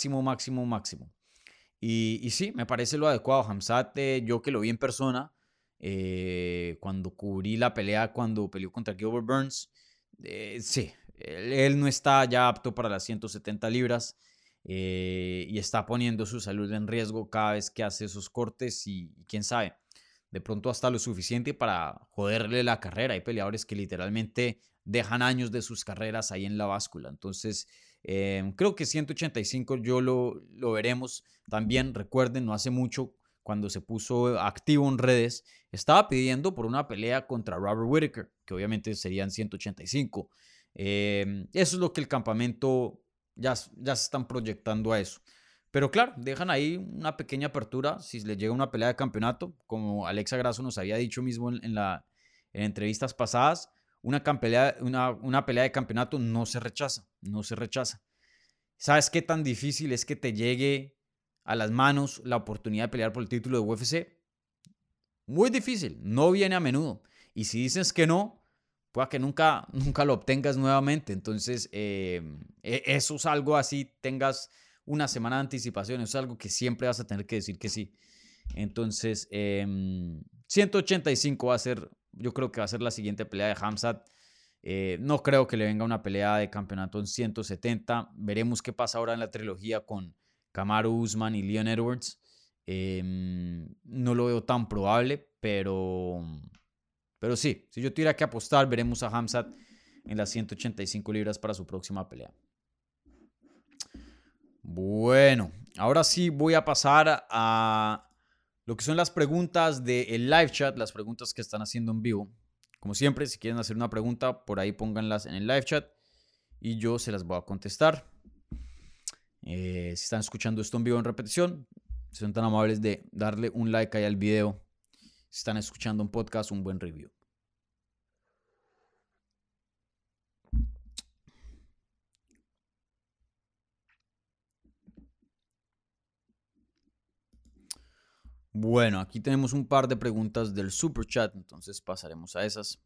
Y sí, me parece lo adecuado. Khamzat, yo que lo vi en persona, cuando cubrí la pelea, cuando peleó contra Gilbert Burns. Sí, él no está ya apto para las 170 libras y está poniendo su salud en riesgo cada vez que hace esos cortes y quién sabe, de pronto hasta lo suficiente para joderle la carrera. Hay peleadores que literalmente dejan años de sus carreras ahí en la báscula. Entonces, creo que 185 yo lo veremos. También recuerden, no hace mucho, cuando se puso activo en redes, estaba pidiendo por una pelea contra Robert Whittaker, que obviamente serían 185. Eso es lo que el campamento ya se están proyectando a eso. Pero claro, dejan ahí una pequeña apertura si le llega una pelea de campeonato, como Alexa Grasso nos había dicho mismo en entrevistas pasadas. Una pelea de campeonato no se rechaza, no se rechaza. ¿Sabes qué tan difícil es que te llegue a las manos la oportunidad de pelear por el título de UFC? Muy difícil, no viene a menudo. Y si dices que no, pueda que nunca lo obtengas nuevamente. Entonces, eso es algo así, tengas una semana de anticipación, eso es algo que siempre vas a tener que decir que sí. Entonces, 185 va a ser, yo creo que va a ser la siguiente pelea de Khamzat. No creo que le venga una pelea de campeonato en 170. Veremos qué pasa ahora en la trilogía con Kamaru Usman y Leon Edwards. No lo veo tan probable, pero sí, si yo tuviera que apostar, veremos a Khamzat en las 185 libras para su próxima pelea. Bueno, ahora sí voy a pasar a lo que son las preguntas del live chat, las preguntas que están haciendo en vivo. Como siempre, si quieren hacer una pregunta, por ahí pónganlas en el live chat y yo se las voy a contestar. Si están escuchando esto en vivo en repetición, si son tan amables de darle un like ahí al video. Si están escuchando un podcast, un buen review. Bueno, aquí tenemos un par de preguntas del super chat, entonces pasaremos a esas.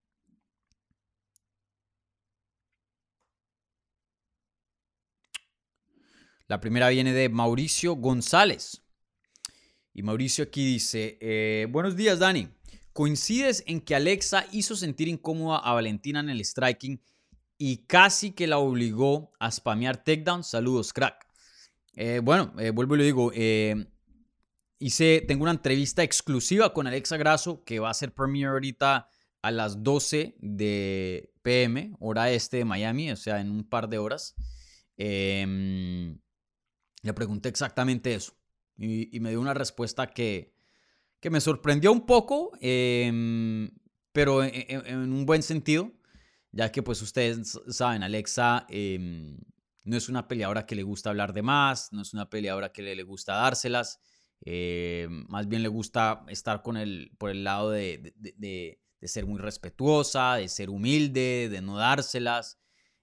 La primera viene de Mauricio González. Y Mauricio aquí dice, buenos días, Dani. ¿Coincides en que Alexa hizo sentir incómoda a Valentina en el striking y casi que la obligó a spamear takedowns? Saludos, crack. Vuelvo y lo digo. Tengo una entrevista exclusiva con Alexa Grasso que va a ser premiere ahorita a las 12 de PM, hora este de Miami, o sea, en un par de horas. Le pregunté exactamente eso y me dio una respuesta que me sorprendió un poco, pero en un buen sentido, ya que pues ustedes saben, Alexa no es una peleadora que le gusta hablar de más, no es una peleadora que le gusta dárselas, más bien le gusta estar por el lado de ser muy respetuosa, de ser humilde, de no dárselas.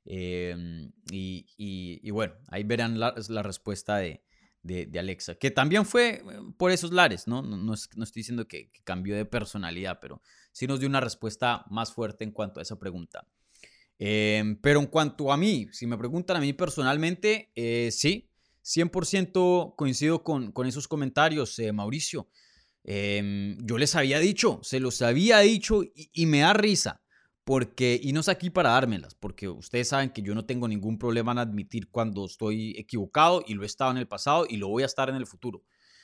Y bueno, ahí verán la respuesta de Alexa, que también fue por esos lares, ¿no? No estoy diciendo que cambió de personalidad, pero sí nos dio una respuesta más fuerte en cuanto a esa pregunta. Pero en cuanto a mí, si me preguntan a mí personalmente, sí, 100% coincido con esos comentarios, Mauricio. Yo les había dicho, se los había dicho y me da risa. Y no es aquí para dármelas, porque ustedes saben que yo no tengo ningún problema en admitir cuando estoy equivocado y lo he estado en el pasado y lo voy a estar en el futuro.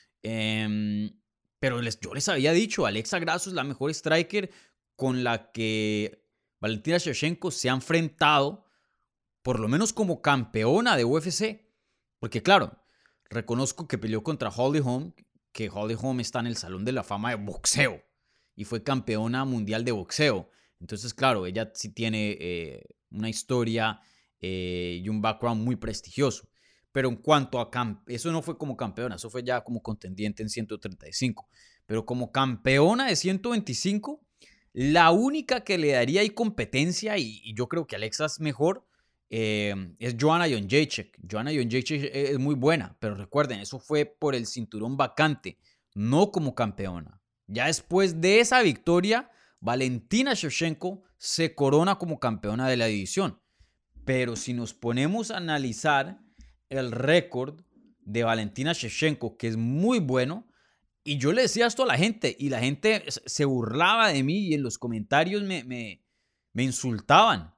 Pero yo les había dicho, Alexa Grasso es la mejor striker con la que Valentina Shevchenko se ha enfrentado, por lo menos como campeona de UFC. Porque claro, reconozco que peleó contra Holly Holm, que Holly Holm está en el Salón de la Fama de boxeo y fue campeona mundial de boxeo. Entonces, claro, ella sí tiene una historia y un background muy prestigioso. Pero en cuanto a eso no fue como campeona, eso fue ya como contendiente en 135. Pero como campeona de 125, la única que le daría ahí competencia, y yo creo que Alexa es mejor, es Joanna Jędrzejczyk. Joanna Jędrzejczyk es muy buena, pero recuerden, eso fue por el cinturón vacante, no como campeona. Ya después de esa victoria, Valentina Shevchenko se corona como campeona de la división. Pero si nos ponemos a analizar el récord de Valentina Shevchenko, que es muy bueno, Y yo le decía esto a la gente y la gente se burlaba de mí y en los comentarios me insultaban.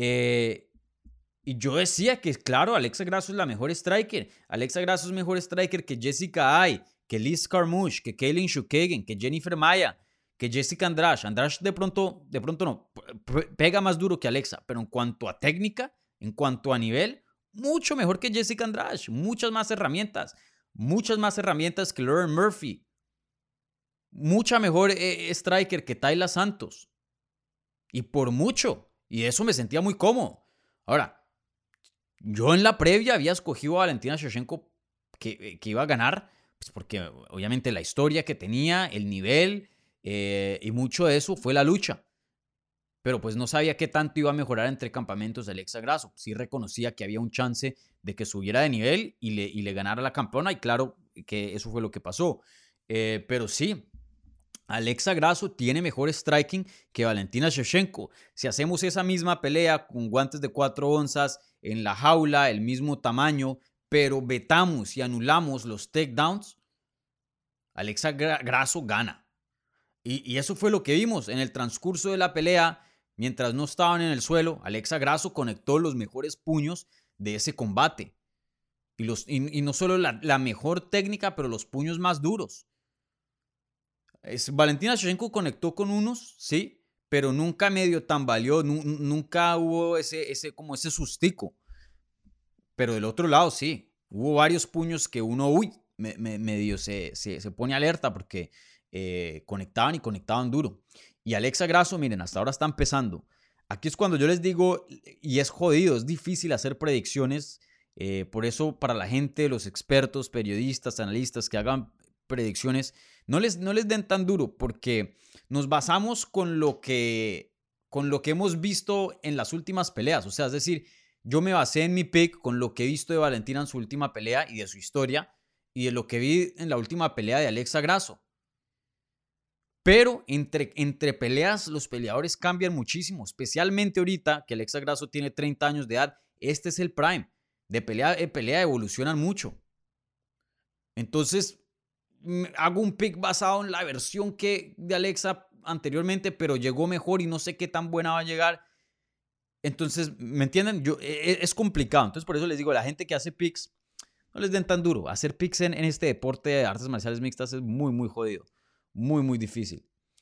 Y yo decía que, claro, Alexa Grasso es la mejor striker. Alexa Grasso es mejor striker que Jessica Ai, que Liz Carmouche, que Kaylin Shukagan, que Jennifer Maya, que Jessica Andrade. Andrade de pronto no, pega más duro que Alexa, pero en cuanto a técnica, en cuanto a nivel, mucho mejor que Jessica Andrade. Muchas más herramientas que Lauren Murphy. Mucha mejor striker que Tayla Santos. Y por mucho. Y eso me sentía muy cómodo. Ahora, yo en la previa había escogido a Valentina Shevchenko que iba a ganar, pues porque obviamente la historia que tenía, el nivel y mucho de eso fue la lucha. Pero pues no sabía qué tanto iba a mejorar entre campamentos de Alexa Grasso. Sí reconocía que había un chance de que subiera de nivel y le ganara a la campeona, y claro que eso fue lo que pasó. Pero sí, Alexa Grasso tiene mejor striking que Valentina Shevchenko. Si hacemos esa misma pelea con guantes de 4 onzas, en la jaula, el mismo tamaño, pero vetamos y anulamos los takedowns, Alexa Grasso gana. Y eso fue lo que vimos en el transcurso de la pelea. Mientras no estaban en el suelo, Alexa Grasso conectó los mejores puños de ese combate. Y no solo la mejor técnica, pero los puños más duros. Valentina Shevchenko conectó con unos, sí, pero nunca medio tambaleó, nunca hubo ese sustico. Pero del otro lado, sí, hubo varios puños que uno, medio se pone alerta porque conectaban y conectaban duro. Y Alexa Grasso, miren, hasta ahora está empezando. Aquí es cuando yo les digo, y es jodido, es difícil hacer predicciones. Por eso, para la gente, los expertos, periodistas, analistas que hagan predicciones, no les den tan duro, porque nos basamos con lo que hemos visto en las últimas peleas. O sea, es decir, yo me basé en mi pick con lo que he visto de Valentina en su última pelea y de su historia, y de lo que vi en la última pelea de Alexa Grasso. Pero entre peleas, los peleadores cambian muchísimo, especialmente ahorita que Alexa Grasso tiene 30 años de edad. Este es el prime. De pelea evolucionan mucho. Entonces, hago un pick basado en la versión de Alexa anteriormente, pero llegó mejor y no sé qué tan buena va a llegar. Entonces, ¿me entienden? Es complicado. Entonces, por eso les digo a la gente que hace picks, no les den tan duro. Hacer picks en este deporte de artes marciales mixtas es muy, muy jodido. Muy, muy difícil.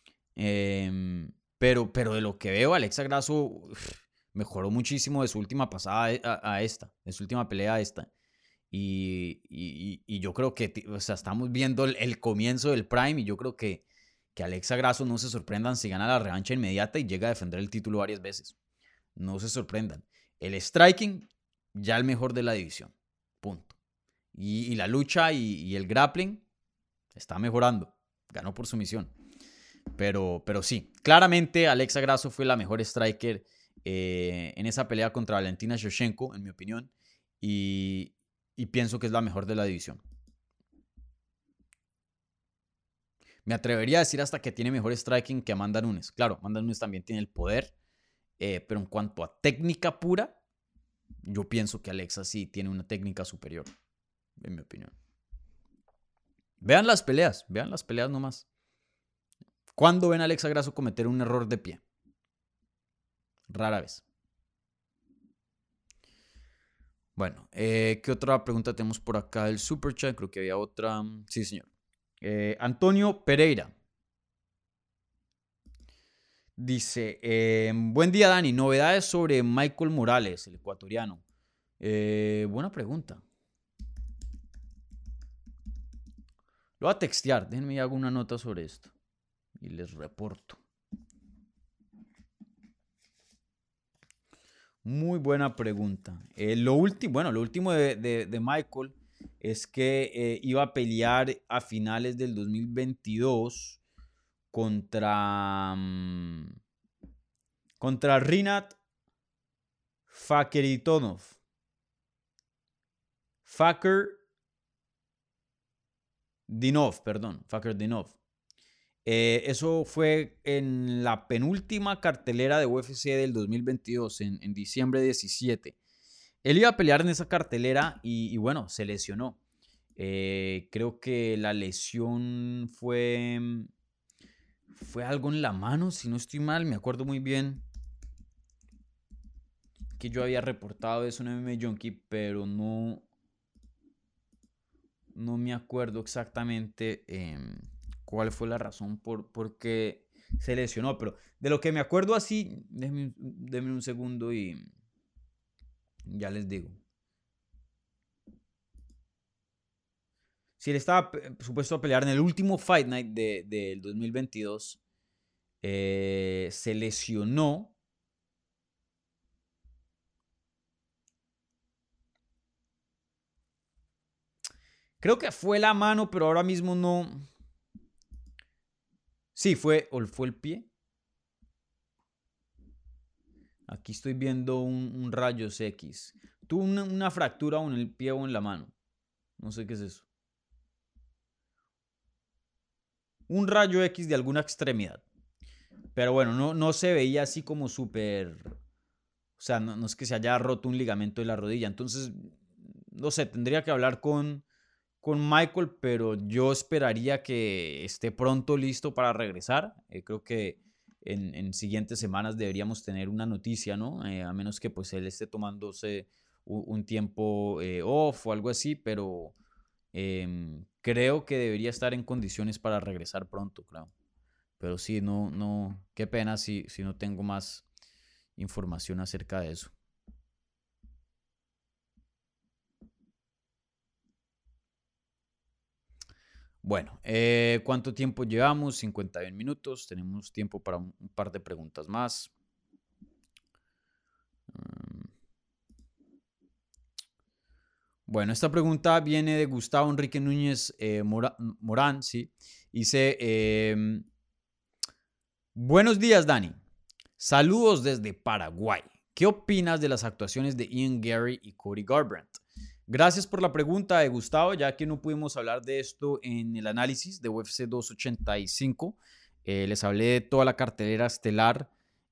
Pero de lo que veo, Alexa Grasso mejoró muchísimo de su última pasada a esta, de su última pelea a esta. Y yo creo que, o sea, estamos viendo el comienzo del prime, y yo creo que Alexa Grasso, no se sorprendan si gana la revancha inmediata y llega a defender el título varias veces. No se sorprendan. El striking, ya el mejor de la división. Punto. Y la lucha y el grappling está mejorando. Ganó por sumisión. Pero sí, claramente Alexa Grasso fue la mejor striker en esa pelea contra Valentina Shevchenko, en mi opinión. Y pienso que es la mejor de la división. Me atrevería a decir hasta que tiene mejor striking que Amanda Nunes. Claro, Amanda Nunes también tiene el poder. Pero en cuanto a técnica pura, yo pienso que Alexa sí tiene una técnica superior, en mi opinión. Vean las peleas nomás. ¿Cuándo ven a Alexa Grasso cometer un error de pie? Rara vez. Bueno, ¿qué otra pregunta tenemos por acá? El Superchat, creo que había otra. Sí, señor. Antonio Pereira dice, buen día, Dani. Novedades sobre Michael Morales, el ecuatoriano. Buena pregunta. Lo voy a textear. Déjenme hago una nota sobre esto y les reporto. Muy buena pregunta. Lo último de Michael es que iba a pelear a finales del 2022 contra Rinat Fakhretdinov. Fakhretdinov. Eso fue en la penúltima cartelera de UFC del 2022, en diciembre 17. Él iba a pelear en esa cartelera y bueno, se lesionó. Creo que la lesión fue algo en la mano, si no estoy mal. Me acuerdo muy bien que yo había reportado eso en MMA Junkie, pero no me acuerdo exactamente cuál fue la razón por qué se lesionó. Pero de lo que me acuerdo así, déjenme un segundo y ya les digo. Si él estaba supuesto a pelear en el último Fight Night del 2022, se lesionó. Creo que fue la mano, pero ahora mismo no. Sí, fue el pie. Aquí estoy viendo un rayos X. Tuvo una fractura o en el pie o en la mano. No sé qué es eso. Un rayo X de alguna extremidad. Pero bueno, no se veía así como súper. O sea, no es que se haya roto un ligamento de la rodilla. Entonces, no sé, tendría que hablar con Michael, pero yo esperaría que esté pronto listo para regresar. Creo que en siguientes semanas deberíamos tener una noticia, ¿no? A menos que pues él esté tomándose un tiempo off o algo así, pero creo que debería estar en condiciones para regresar pronto, claro. Pero sí, qué pena si no tengo más información acerca de eso. Bueno, ¿cuánto tiempo llevamos? 51 minutos. Tenemos tiempo para un par de preguntas más. Bueno, esta pregunta viene de Gustavo Enrique Núñez Morán, ¿sí? Dice, buenos días, Dani. Saludos desde Paraguay. ¿Qué opinas de las actuaciones de Ian Garry y Cody Garbrandt? Gracias por la pregunta de Gustavo, ya que no pudimos hablar de esto en el análisis de UFC 285. Les hablé de toda la cartelera estelar.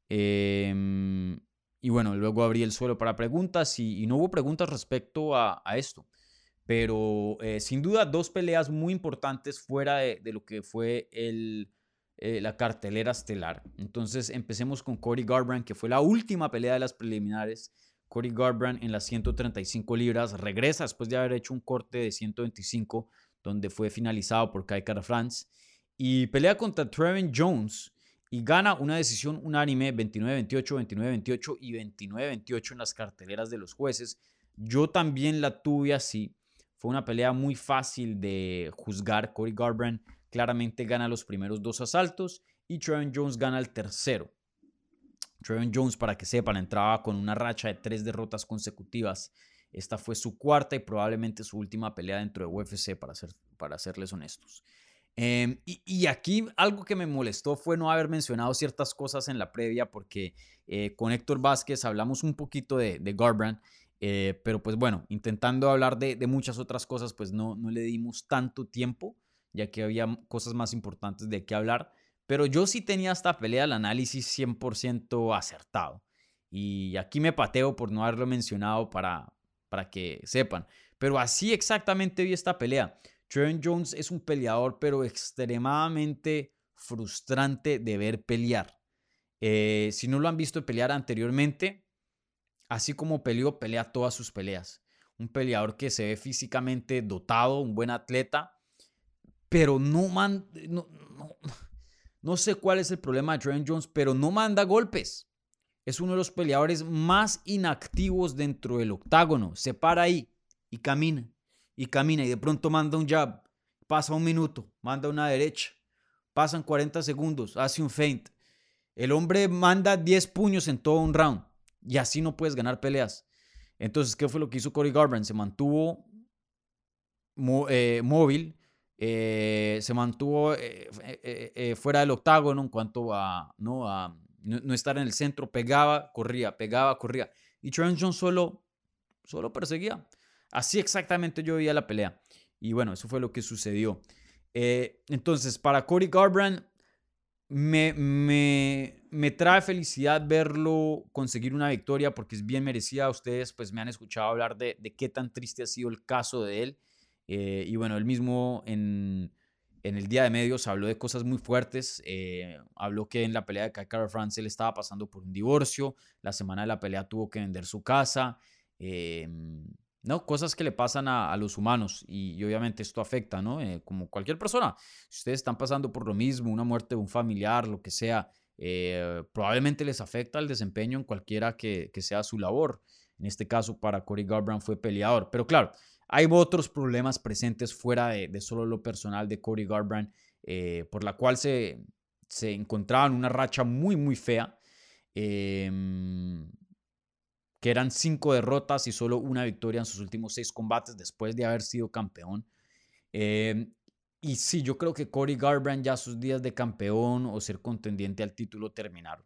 Y bueno, luego abrí el suelo para preguntas y no hubo preguntas respecto a esto. Pero sin duda, dos peleas muy importantes fuera de lo que fue la cartelera estelar. Entonces empecemos con Cody Garbrandt, que fue la última pelea de las preliminares. Cody Garbrandt en las 135 libras regresa después de haber hecho un corte de 125, donde fue finalizado por Kai Kara-France. Y pelea contra Trevin Jones y gana una decisión unánime 29-28, 29-28 y 29-28 en las carteleras de los jueces. Yo también la tuve así. Fue una pelea muy fácil de juzgar. Cody Garbrandt claramente gana los primeros dos asaltos y Trevin Jones gana el tercero. Trevin Jones, para que sepan, entraba con una racha de 3 derrotas consecutivas. Esta fue su cuarta y probablemente su última pelea dentro de UFC, para serles honestos. Y aquí algo que me molestó fue no haber mencionado ciertas cosas en la previa, porque con Héctor Vázquez hablamos un poquito de Garbrandt, pero pues bueno, intentando hablar de muchas otras cosas, pues no le dimos tanto tiempo, ya que había cosas más importantes de qué hablar. Pero yo sí tenía esta pelea, el análisis 100% acertado. Y aquí me pateo por no haberlo mencionado para que sepan. Pero así exactamente vi esta pelea. Trevin Jones es un peleador, pero extremadamente frustrante de ver pelear. Si no lo han visto pelear anteriormente, así como peleó, pelea todas sus peleas. Un peleador que se ve físicamente dotado, un buen atleta, pero no sé cuál es el problema de Trevin Jones, pero no manda golpes. Es uno de los peleadores más inactivos dentro del octágono. Se para ahí y camina. Y camina y de pronto manda un jab. Pasa un minuto, manda una derecha. Pasan 40 segundos, hace un feint. El hombre manda 10 puños en todo un round. Y así no puedes ganar peleas. Entonces, ¿qué fue lo que hizo Cody Garbrandt? Se mantuvo móvil. Se mantuvo fuera del octágono en cuanto a no estar en el centro, pegaba, corría. Y Trevin Jones solo perseguía. Así exactamente yo veía la pelea. Y bueno, eso fue lo que sucedió. Entonces, para Cody Garbrandt, me trae felicidad verlo conseguir una victoria porque es bien merecida. Ustedes pues me han escuchado hablar de qué tan triste ha sido el caso de él. Y bueno, él mismo en el día de medios habló de cosas muy fuertes. Habló que en la pelea de Kai Kara France él estaba pasando por un divorcio. La semana de la pelea tuvo que vender su casa. Eh, no, cosas que le pasan a los humanos y obviamente esto afecta, ¿no? Como cualquier persona. Si ustedes están pasando por lo mismo, una muerte de un familiar, lo que sea, probablemente les afecta el desempeño en cualquiera que sea su labor. En este caso, para Cody Garbrandt fue peleador. Pero claro, hay otros problemas presentes fuera de solo lo personal de Cody Garbrandt, por la cual se encontraba en una racha muy, muy fea. Eh, que eran 5 derrotas y solo una victoria en sus últimos 6 combates después de haber sido campeón. Eh, y sí, yo creo que Cody Garbrandt ya sus días de campeón o ser contendiente al título terminaron.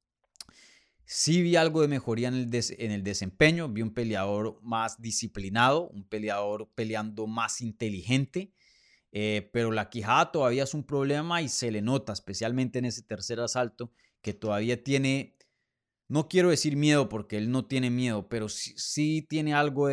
Sí vi algo de mejoría en el desempeño, vi un peleador más disciplinado, un peleador peleando más inteligente, pero la quijada todavía es un problema y se le nota, especialmente en ese tercer asalto, que todavía tiene, no quiero decir miedo porque él no tiene miedo, pero sí tiene algo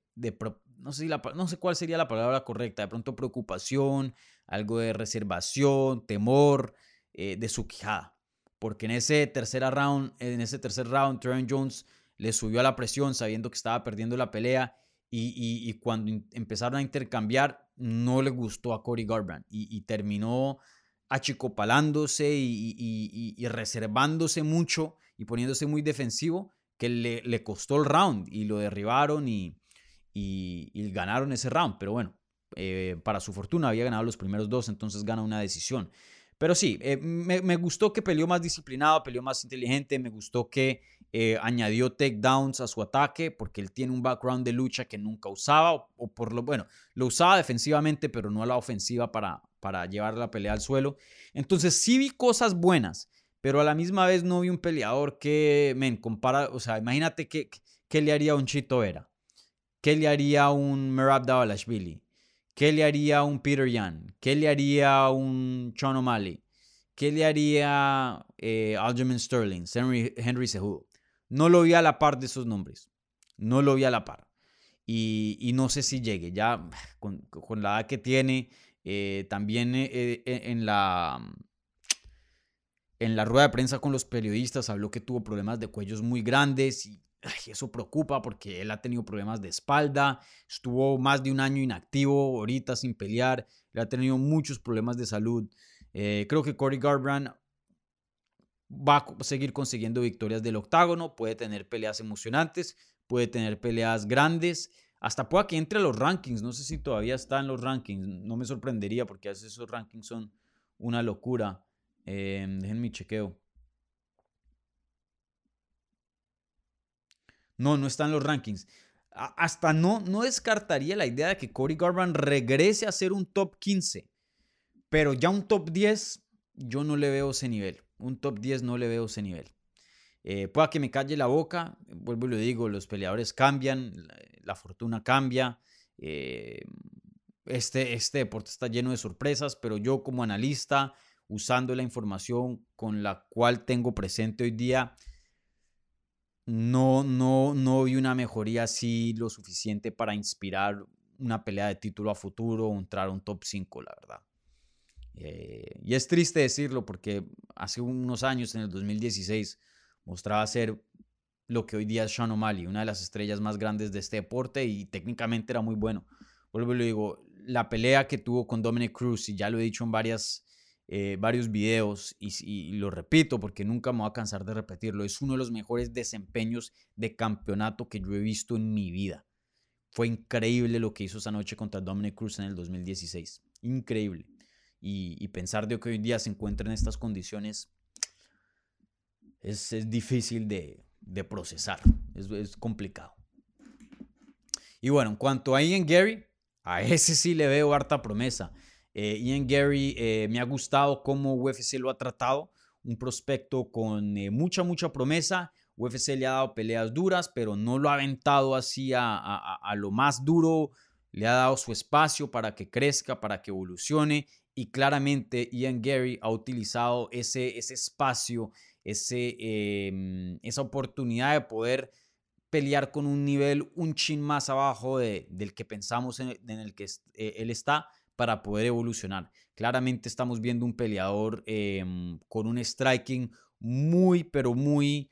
no sé cuál sería la palabra correcta, de pronto preocupación, algo de reservación, temor de su quijada. Porque en ese tercer round, Trevin Jones le subió a la presión sabiendo que estaba perdiendo la pelea y cuando empezaron a intercambiar no le gustó a Cody Garbrandt y terminó achicopalándose y reservándose mucho y poniéndose muy defensivo, que le costó el round y lo derribaron y ganaron ese round. Pero bueno, para su fortuna había ganado los primeros 2, entonces gana una decisión. Pero sí, me gustó que peleó más disciplinado, peleó más inteligente, me gustó que añadió takedowns a su ataque, porque él tiene un background de lucha que nunca usaba, lo usaba defensivamente, pero no a la ofensiva para llevar la pelea al suelo. Entonces sí vi cosas buenas, pero a la misma vez no vi un peleador que, compara, o sea, imagínate qué le haría a un Chito Vera, qué le haría a un Merab Dvalishvili, ¿qué le haría a un Peter Yan? ¿Qué le haría a un Sean O'Malley? ¿Qué le haría Aljamain Sterling, Henry Cejudo? No lo vi a la par de esos nombres. No lo vi a la par. Y no sé si llegue. Ya con la edad que tiene, también en la rueda de prensa con los periodistas habló que tuvo problemas de cuellos muy grandes y eso preocupa porque él ha tenido problemas de espalda, estuvo más de un año inactivo, ahorita sin pelear, él ha tenido muchos problemas de salud. Creo que Cody Garbrandt va a seguir consiguiendo victorias del octágono, puede tener peleas emocionantes, puede tener peleas grandes, hasta pueda que entre a los rankings. No sé si todavía está en los rankings, no me sorprendería porque a veces esos rankings son una locura. Déjenme chequeo. No está en los rankings. Hasta no descartaría la idea de que Cody Garbrandt regrese a ser un top 15. Pero ya un top 10, yo no le veo ese nivel. Un top 10 no le veo ese nivel. Pueda que me calle la boca, vuelvo y lo digo, los peleadores cambian, la fortuna cambia. Este deporte está lleno de sorpresas, pero yo como analista, usando la información con la cual tengo presente hoy día, no vi una mejoría así lo suficiente para inspirar una pelea de título a futuro o entrar a un top 5, la verdad. Y es triste decirlo porque hace unos años, en el 2016, mostraba ser lo que hoy día es Sean O'Malley, una de las estrellas más grandes de este deporte y técnicamente era muy bueno. Vuelvo y lo digo, la pelea que tuvo con Dominick Cruz, y ya lo he dicho en varios videos y lo repito porque nunca me voy a cansar de repetirlo, es uno de los mejores desempeños de campeonato que yo he visto en mi vida. Fue increíble lo que hizo esa noche contra Dominick Cruz en el 2016. Increíble. Y pensar de que hoy en día se encuentra en estas condiciones es difícil de procesar. Es complicado. Y bueno, en cuanto a Ian Garry, a ese sí le veo harta promesa. Ian Garry me ha gustado cómo UFC lo ha tratado. Un prospecto con mucha promesa. UFC le ha dado peleas duras, pero no lo ha aventado así a lo más duro. Le ha dado su espacio para que crezca, para que evolucione. Y claramente Ian Garry ha utilizado ese espacio, esa oportunidad de poder pelear con un nivel un chin más abajo del que pensamos en el que él está para poder evolucionar. Claramente estamos viendo un peleador con un striking muy, pero muy...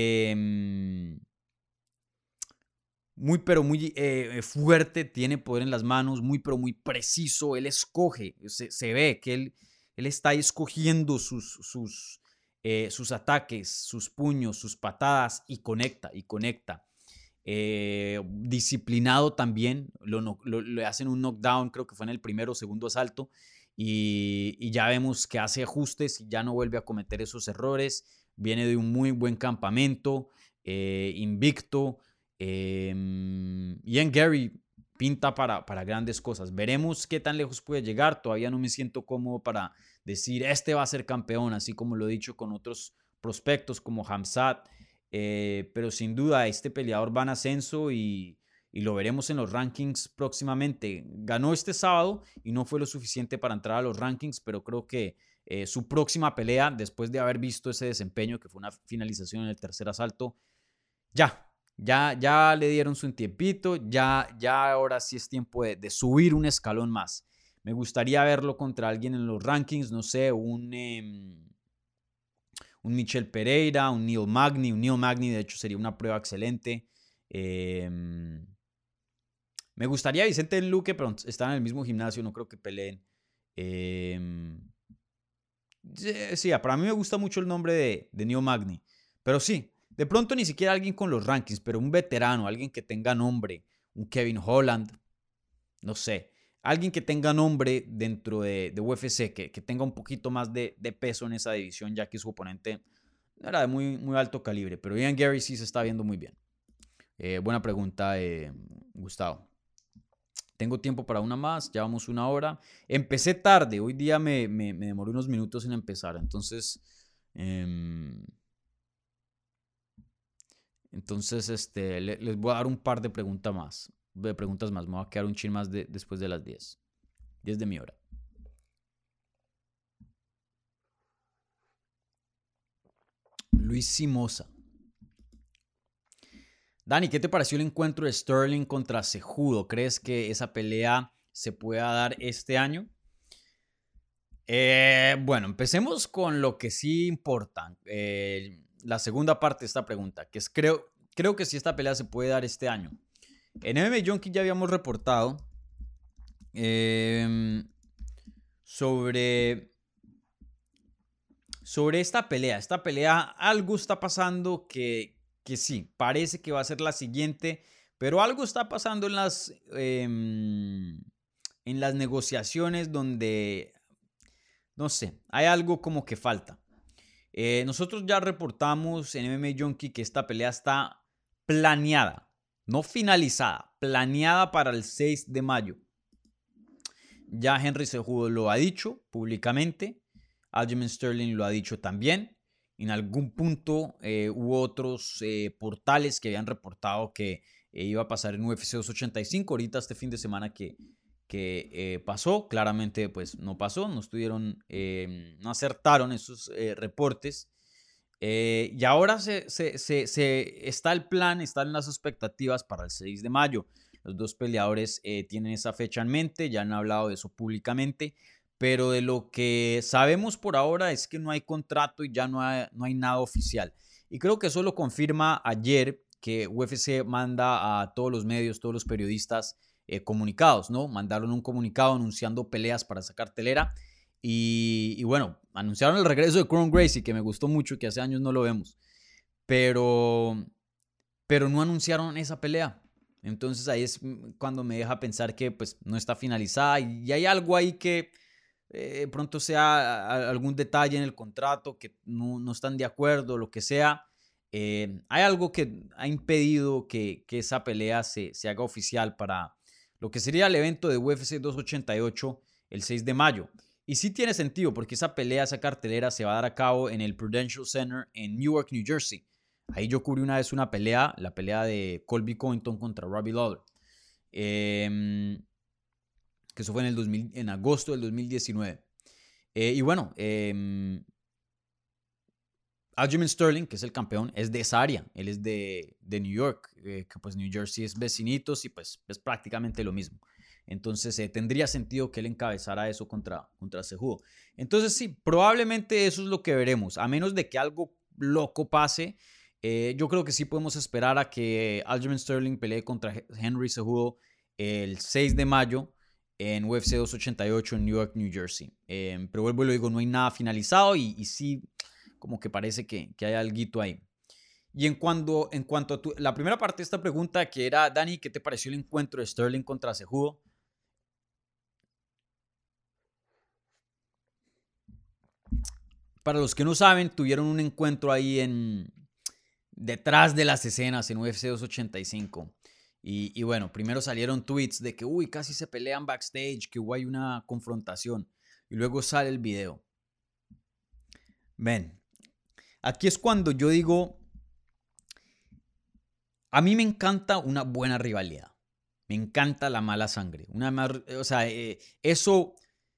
muy fuerte, tiene poder en las manos, muy, pero muy preciso. Él escoge, se ve que él está escogiendo sus ataques, sus puños, sus patadas y conecta, y conecta. Disciplinado también, le hacen un knockdown, creo que fue en el primero o segundo asalto, y ya vemos que hace ajustes y ya no vuelve a cometer esos errores. Viene de un muy buen campamento, invicto. Ian Gary pinta para grandes cosas. Veremos qué tan lejos puede llegar. Todavía no me siento cómodo para decir este va a ser campeón, así como lo he dicho con otros prospectos como Hamzat. Pero sin duda este peleador va en ascenso y lo veremos en los rankings próximamente. Ganó este sábado y no fue lo suficiente para entrar a los rankings, pero creo que su próxima pelea, después de haber visto ese desempeño, que fue una finalización en el tercer asalto, ya le dieron su tiempito, ya ahora sí es tiempo de subir un escalón más. Me gustaría verlo contra alguien en los rankings, no sé, un Michel Pereira, un Neil Magny. Un Neil Magny, de hecho, sería una prueba excelente. Me gustaría Vicente Luque, pero están en el mismo gimnasio, no creo que peleen. Sí, para mí me gusta mucho el nombre de Neil Magny, pero sí, de pronto ni siquiera alguien con los rankings, pero un veterano, alguien que tenga nombre, un Kevin Holland, no sé, alguien que tenga nombre dentro de UFC, que tenga un poquito más de peso en esa división, ya que su oponente era de muy, muy alto calibre, pero Ian Gary sí se está viendo muy bien. Buena pregunta, Gustavo. Tengo tiempo para una más, ya vamos 1 hora. Empecé tarde, hoy día me demoré unos minutos en empezar, entonces les voy a dar un par de preguntas más. Me voy a quedar un chin más después de las 10. 10 de mi hora. Luis Simosa. Dani, ¿qué te pareció el encuentro de Sterling contra Cejudo? ¿Crees que esa pelea se pueda dar este año? Bueno, empecemos con lo que sí importa. La segunda parte de esta pregunta, que es creo que sí esta pelea se puede dar este año. En MMA Junkie ya habíamos reportado sobre esta pelea. Esta pelea, algo está pasando que sí, parece que va a ser la siguiente, pero algo está pasando en las negociaciones donde, no sé, hay algo como que falta. Nosotros ya reportamos en MMA Junkie que esta pelea está planeada, no finalizada, planeada para el 6 de mayo. Ya Henry Cejudo lo ha dicho públicamente. Aljamain Sterling lo ha dicho también. En algún punto hubo otros portales que habían reportado que iba a pasar en UFC 285. Ahorita este fin de semana que pasó, claramente pues no pasó, no acertaron esos reportes. Y ahora está el plan, están las expectativas para el 6 de mayo. Los dos peleadores tienen esa fecha en mente, ya han hablado de eso públicamente, pero de lo que sabemos por ahora es que no hay contrato y ya no hay nada oficial. Y creo que eso lo confirma ayer que UFC manda a todos los medios, todos los periodistas comunicados, ¿no? Mandaron un comunicado anunciando peleas para esa cartelera y bueno, anunciaron el regreso de Kron Gracie, que me gustó mucho, que hace años no lo vemos, pero no anunciaron esa pelea. Entonces ahí es cuando me deja pensar que pues no está finalizada y hay algo ahí que pronto sea algún detalle en el contrato que no están de acuerdo, lo que sea. Hay algo que ha impedido que esa pelea se haga oficial para lo que sería el evento de UFC 288 el 6 de mayo. Y sí tiene sentido porque esa pelea, esa cartelera se va a dar a cabo en el Prudential Center en Newark, New Jersey. Ahí yo cubrí una vez una pelea, la pelea de Colby Covington contra Robbie Lawler. Que eso fue en agosto del 2019. Y bueno, Aljamain Sterling, que es el campeón, es de esa área. Él es de New York, que pues New Jersey es vecinitos y pues es prácticamente lo mismo. Entonces tendría sentido que él encabezara eso contra Cejudo. Entonces sí, probablemente eso es lo que veremos. A menos de que algo loco pase, yo creo que sí podemos esperar a que Aljamain Sterling pelee contra Henry Cejudo el 6 de mayo en UFC 288 en Newark, New Jersey. Pero vuelvo y lo digo, no hay nada finalizado y sí, como que parece que hay alguito ahí. Y en cuanto a la primera parte de esta pregunta, que era, Dani, ¿qué te pareció el encuentro de Sterling contra Cejudo? Para los que no saben, tuvieron un encuentro ahí detrás de las escenas en UFC 285. Y bueno, primero salieron tweets de que, casi se pelean backstage, que hay una confrontación. Y luego sale el video. Ven, aquí es cuando yo digo, a mí me encanta una buena rivalidad. Me encanta la mala sangre. Eso...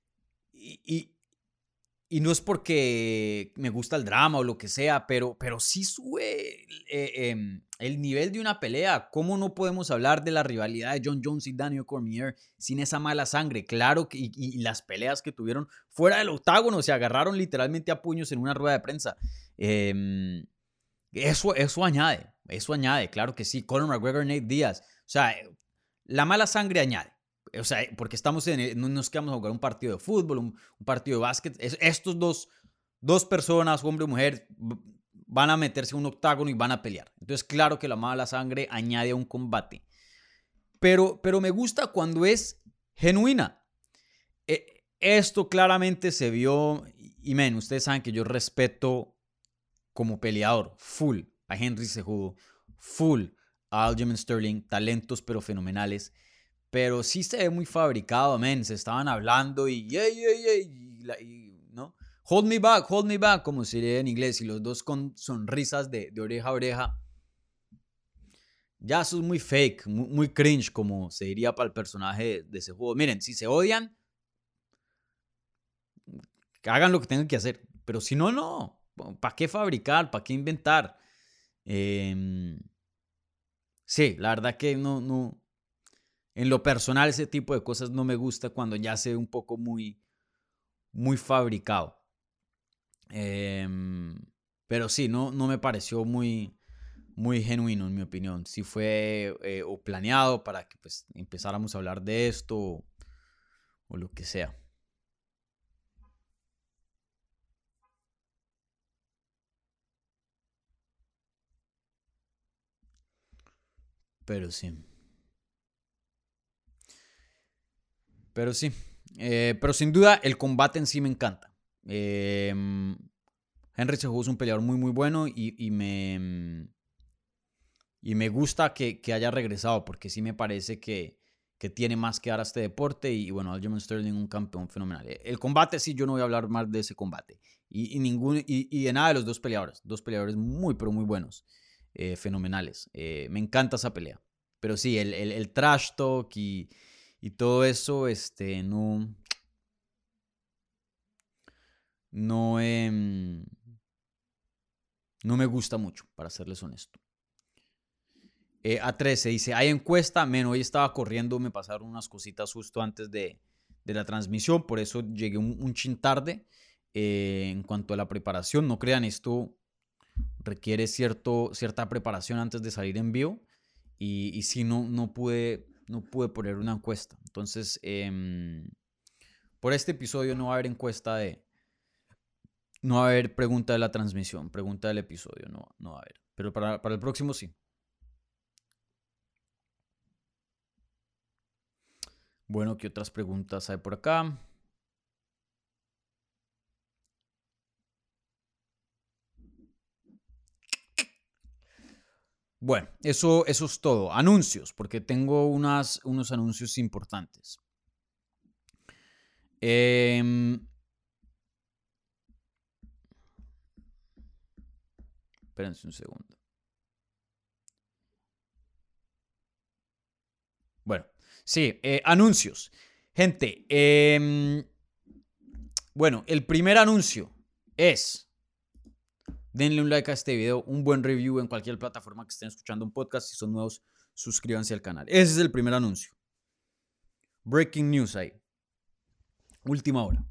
Y no es porque me gusta el drama o lo que sea, pero sí sube el nivel de una pelea. ¿Cómo no podemos hablar de la rivalidad de Jon Jones y Daniel Cormier sin esa mala sangre? Claro, y las peleas que tuvieron fuera del octágono, se agarraron literalmente a puños en una rueda de prensa. Eso añade, claro que sí. Conor McGregor, Nate Diaz. O sea, la mala sangre añade. O sea, porque no nos quedamos a jugar un partido de fútbol, un partido de básquet. Estos dos personas, hombre o mujer, van a meterse en un octágono y van a pelear. Entonces, claro que la mala sangre añade a un combate. Pero me gusta cuando es genuina. Esto claramente se vio, y ustedes saben que yo respeto como peleador full a Henry Cejudo, full a Aljamain Sterling, talentos pero fenomenales. Pero sí se ve muy fabricado, se estaban hablando y ¿no? Hold me back, como se diría en inglés, y los dos con sonrisas de oreja a oreja. Ya eso es muy fake, muy cringe, como se diría para el personaje de ese juego. Miren, si se odian, hagan lo que tengan que hacer, pero si no, no. ¿Para qué fabricar? ¿Para qué inventar? Sí, la verdad que no. En lo personal, ese tipo de cosas no me gusta cuando ya se ve un poco muy, muy fabricado. Pero sí, no me pareció muy, muy genuino, en mi opinión. Sí fue o planeado para que pues, empezáramos a hablar de esto o lo que sea. Pero sí. Pero sí. Pero sin duda, el combate en sí me encanta. Henry Cejudo es un peleador muy, muy bueno y me gusta que haya regresado porque sí me parece que tiene más que dar a este deporte y bueno, Aljamain Sterling un campeón fenomenal. El combate sí, yo no voy a hablar más de ese combate y de nada de los dos peleadores muy pero muy buenos, fenomenales. Me encanta esa pelea, pero sí, el trash talk y todo eso, no, no me gusta mucho, para serles honesto. A13 dice, hay encuesta, hoy estaba corriendo, me pasaron unas cositas justo antes de la transmisión, por eso llegué un chin tarde en cuanto a la preparación. No crean, esto requiere cierta preparación antes de salir en vivo y sí, no pude poner una encuesta. Entonces, por este episodio no va a haber encuesta no va a haber pregunta de la transmisión, pregunta del episodio, no va a haber. Pero para el próximo sí. Bueno, ¿qué otras preguntas hay por acá? Bueno, eso es todo. Anuncios, porque tengo unos anuncios importantes. Espérense un segundo. Bueno, sí, anuncios. Gente, bueno, el primer anuncio es denle un like a este video, un buen review en cualquier plataforma que estén escuchando un podcast. Si son nuevos, suscríbanse al canal. Ese es el primer anuncio. Breaking news ahí. Última hora.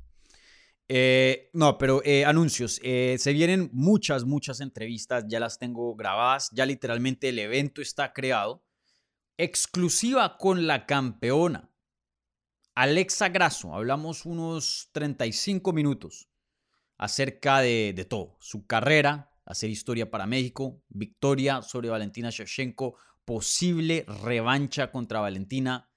Anuncios. Se vienen muchas entrevistas. Ya las tengo grabadas. Ya literalmente el evento está creado. Exclusiva con la campeona Alexa Grasso. Hablamos unos 35 minutos acerca de todo. Su carrera, hacer historia para México, victoria sobre Valentina Shevchenko, posible revancha contra Valentina,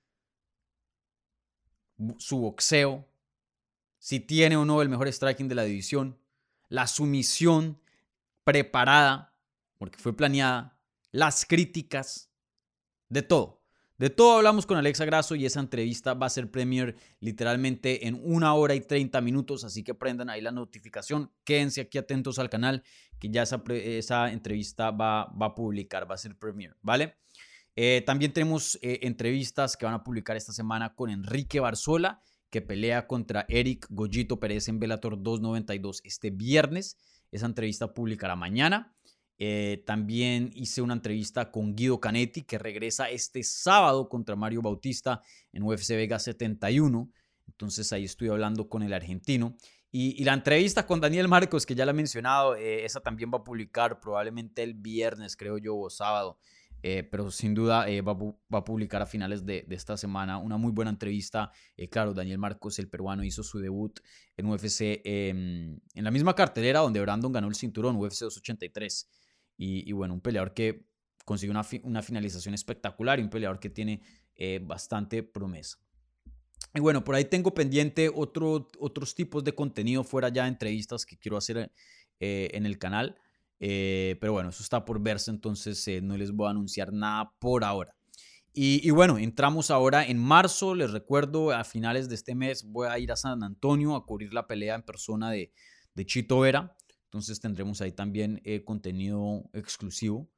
su boxeo, si tiene o no el mejor striking de la división, la sumisión preparada, porque fue planeada, las críticas, de todo. De todo hablamos con Alexa Grasso y esa entrevista va a ser premier literalmente en 1 hora y 30 minutos, así que prendan ahí la notificación, quédense aquí atentos al canal que ya esa entrevista va a publicar, va a ser premier, ¿vale? También tenemos entrevistas que van a publicar esta semana con Enrique Barzola, que pelea contra Eric Goyito Pérez en Bellator 292 este viernes. Esa entrevista publicará mañana. También hice una entrevista con Guido Canetti, que regresa este sábado contra Mario Bautista en UFC Vegas 71. Entonces ahí estoy hablando con el argentino. Y la entrevista con Daniel Marcos, que ya la he mencionado, esa también va a publicar probablemente el viernes, creo yo, o sábado. Pero sin duda va a publicar a finales de esta semana una muy buena entrevista. Claro, Daniel Marcos, el peruano, hizo su debut en UFC en la misma cartelera donde Brandon ganó el cinturón, UFC 283. Y bueno, un peleador que consiguió una finalización espectacular y un peleador que tiene bastante promesa. Y bueno, por ahí tengo pendiente otros tipos de contenido fuera ya de entrevistas que quiero hacer en el canal. Pero bueno, eso está por verse, entonces no les voy a anunciar nada por ahora. Y bueno, entramos ahora en marzo. Les recuerdo, a finales de este mes voy a ir a San Antonio a cubrir la pelea en persona de Chito Vera. Entonces tendremos ahí también contenido exclusivo.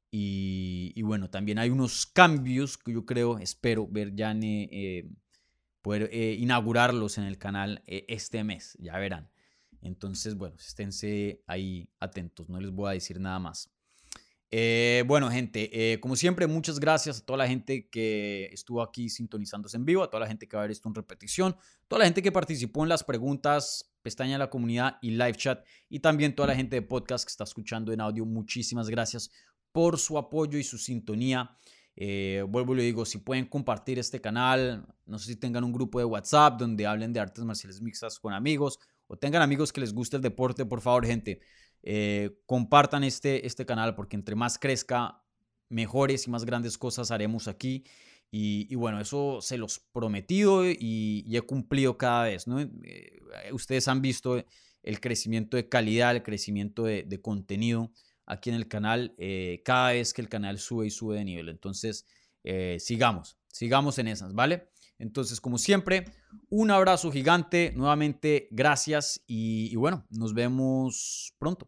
Y bueno, también hay unos cambios que yo espero ver ya poder inaugurarlos en el canal este mes, ya verán. Entonces, bueno, esténse ahí atentos, no les voy a decir nada más. Bueno, gente, como siempre, muchas gracias a toda la gente que estuvo aquí sintonizándose en vivo, a toda la gente que va a ver esto en repetición, toda la gente que participó en las preguntas, pestaña de la comunidad y live chat, y también toda la gente de podcast que está escuchando en audio. Muchísimas gracias por su apoyo y su sintonía. Vuelvo y le digo, si pueden compartir este canal, no sé si tengan un grupo de WhatsApp donde hablen de artes marciales mixtas con amigos, o tengan amigos que les guste el deporte, por favor, gente, compartan este canal, porque entre más crezca, mejores y más grandes cosas haremos aquí. Y bueno, eso se los prometido y he cumplido cada vez, ¿no? Ustedes han visto el crecimiento de calidad, el crecimiento de contenido aquí en el canal, cada vez que el canal sube y sube de nivel. Entonces, sigamos en esas, ¿vale? Entonces, como siempre, un abrazo gigante, nuevamente gracias y bueno, nos vemos pronto.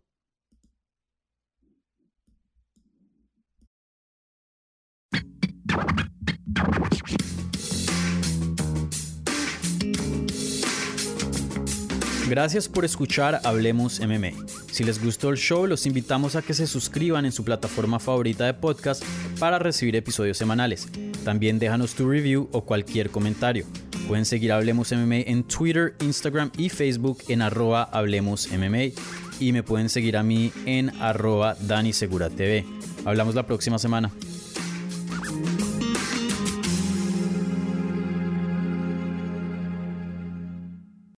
Gracias por escuchar Hablemos MMA. Si les gustó el show, los invitamos a que se suscriban en su plataforma favorita de podcast para recibir episodios semanales. También déjanos tu review o cualquier comentario. Pueden seguir Hablemos MMA en Twitter, Instagram y Facebook en @HablemosMMA y me pueden seguir a mí en @DaniSeguraTV. Hablamos la próxima semana.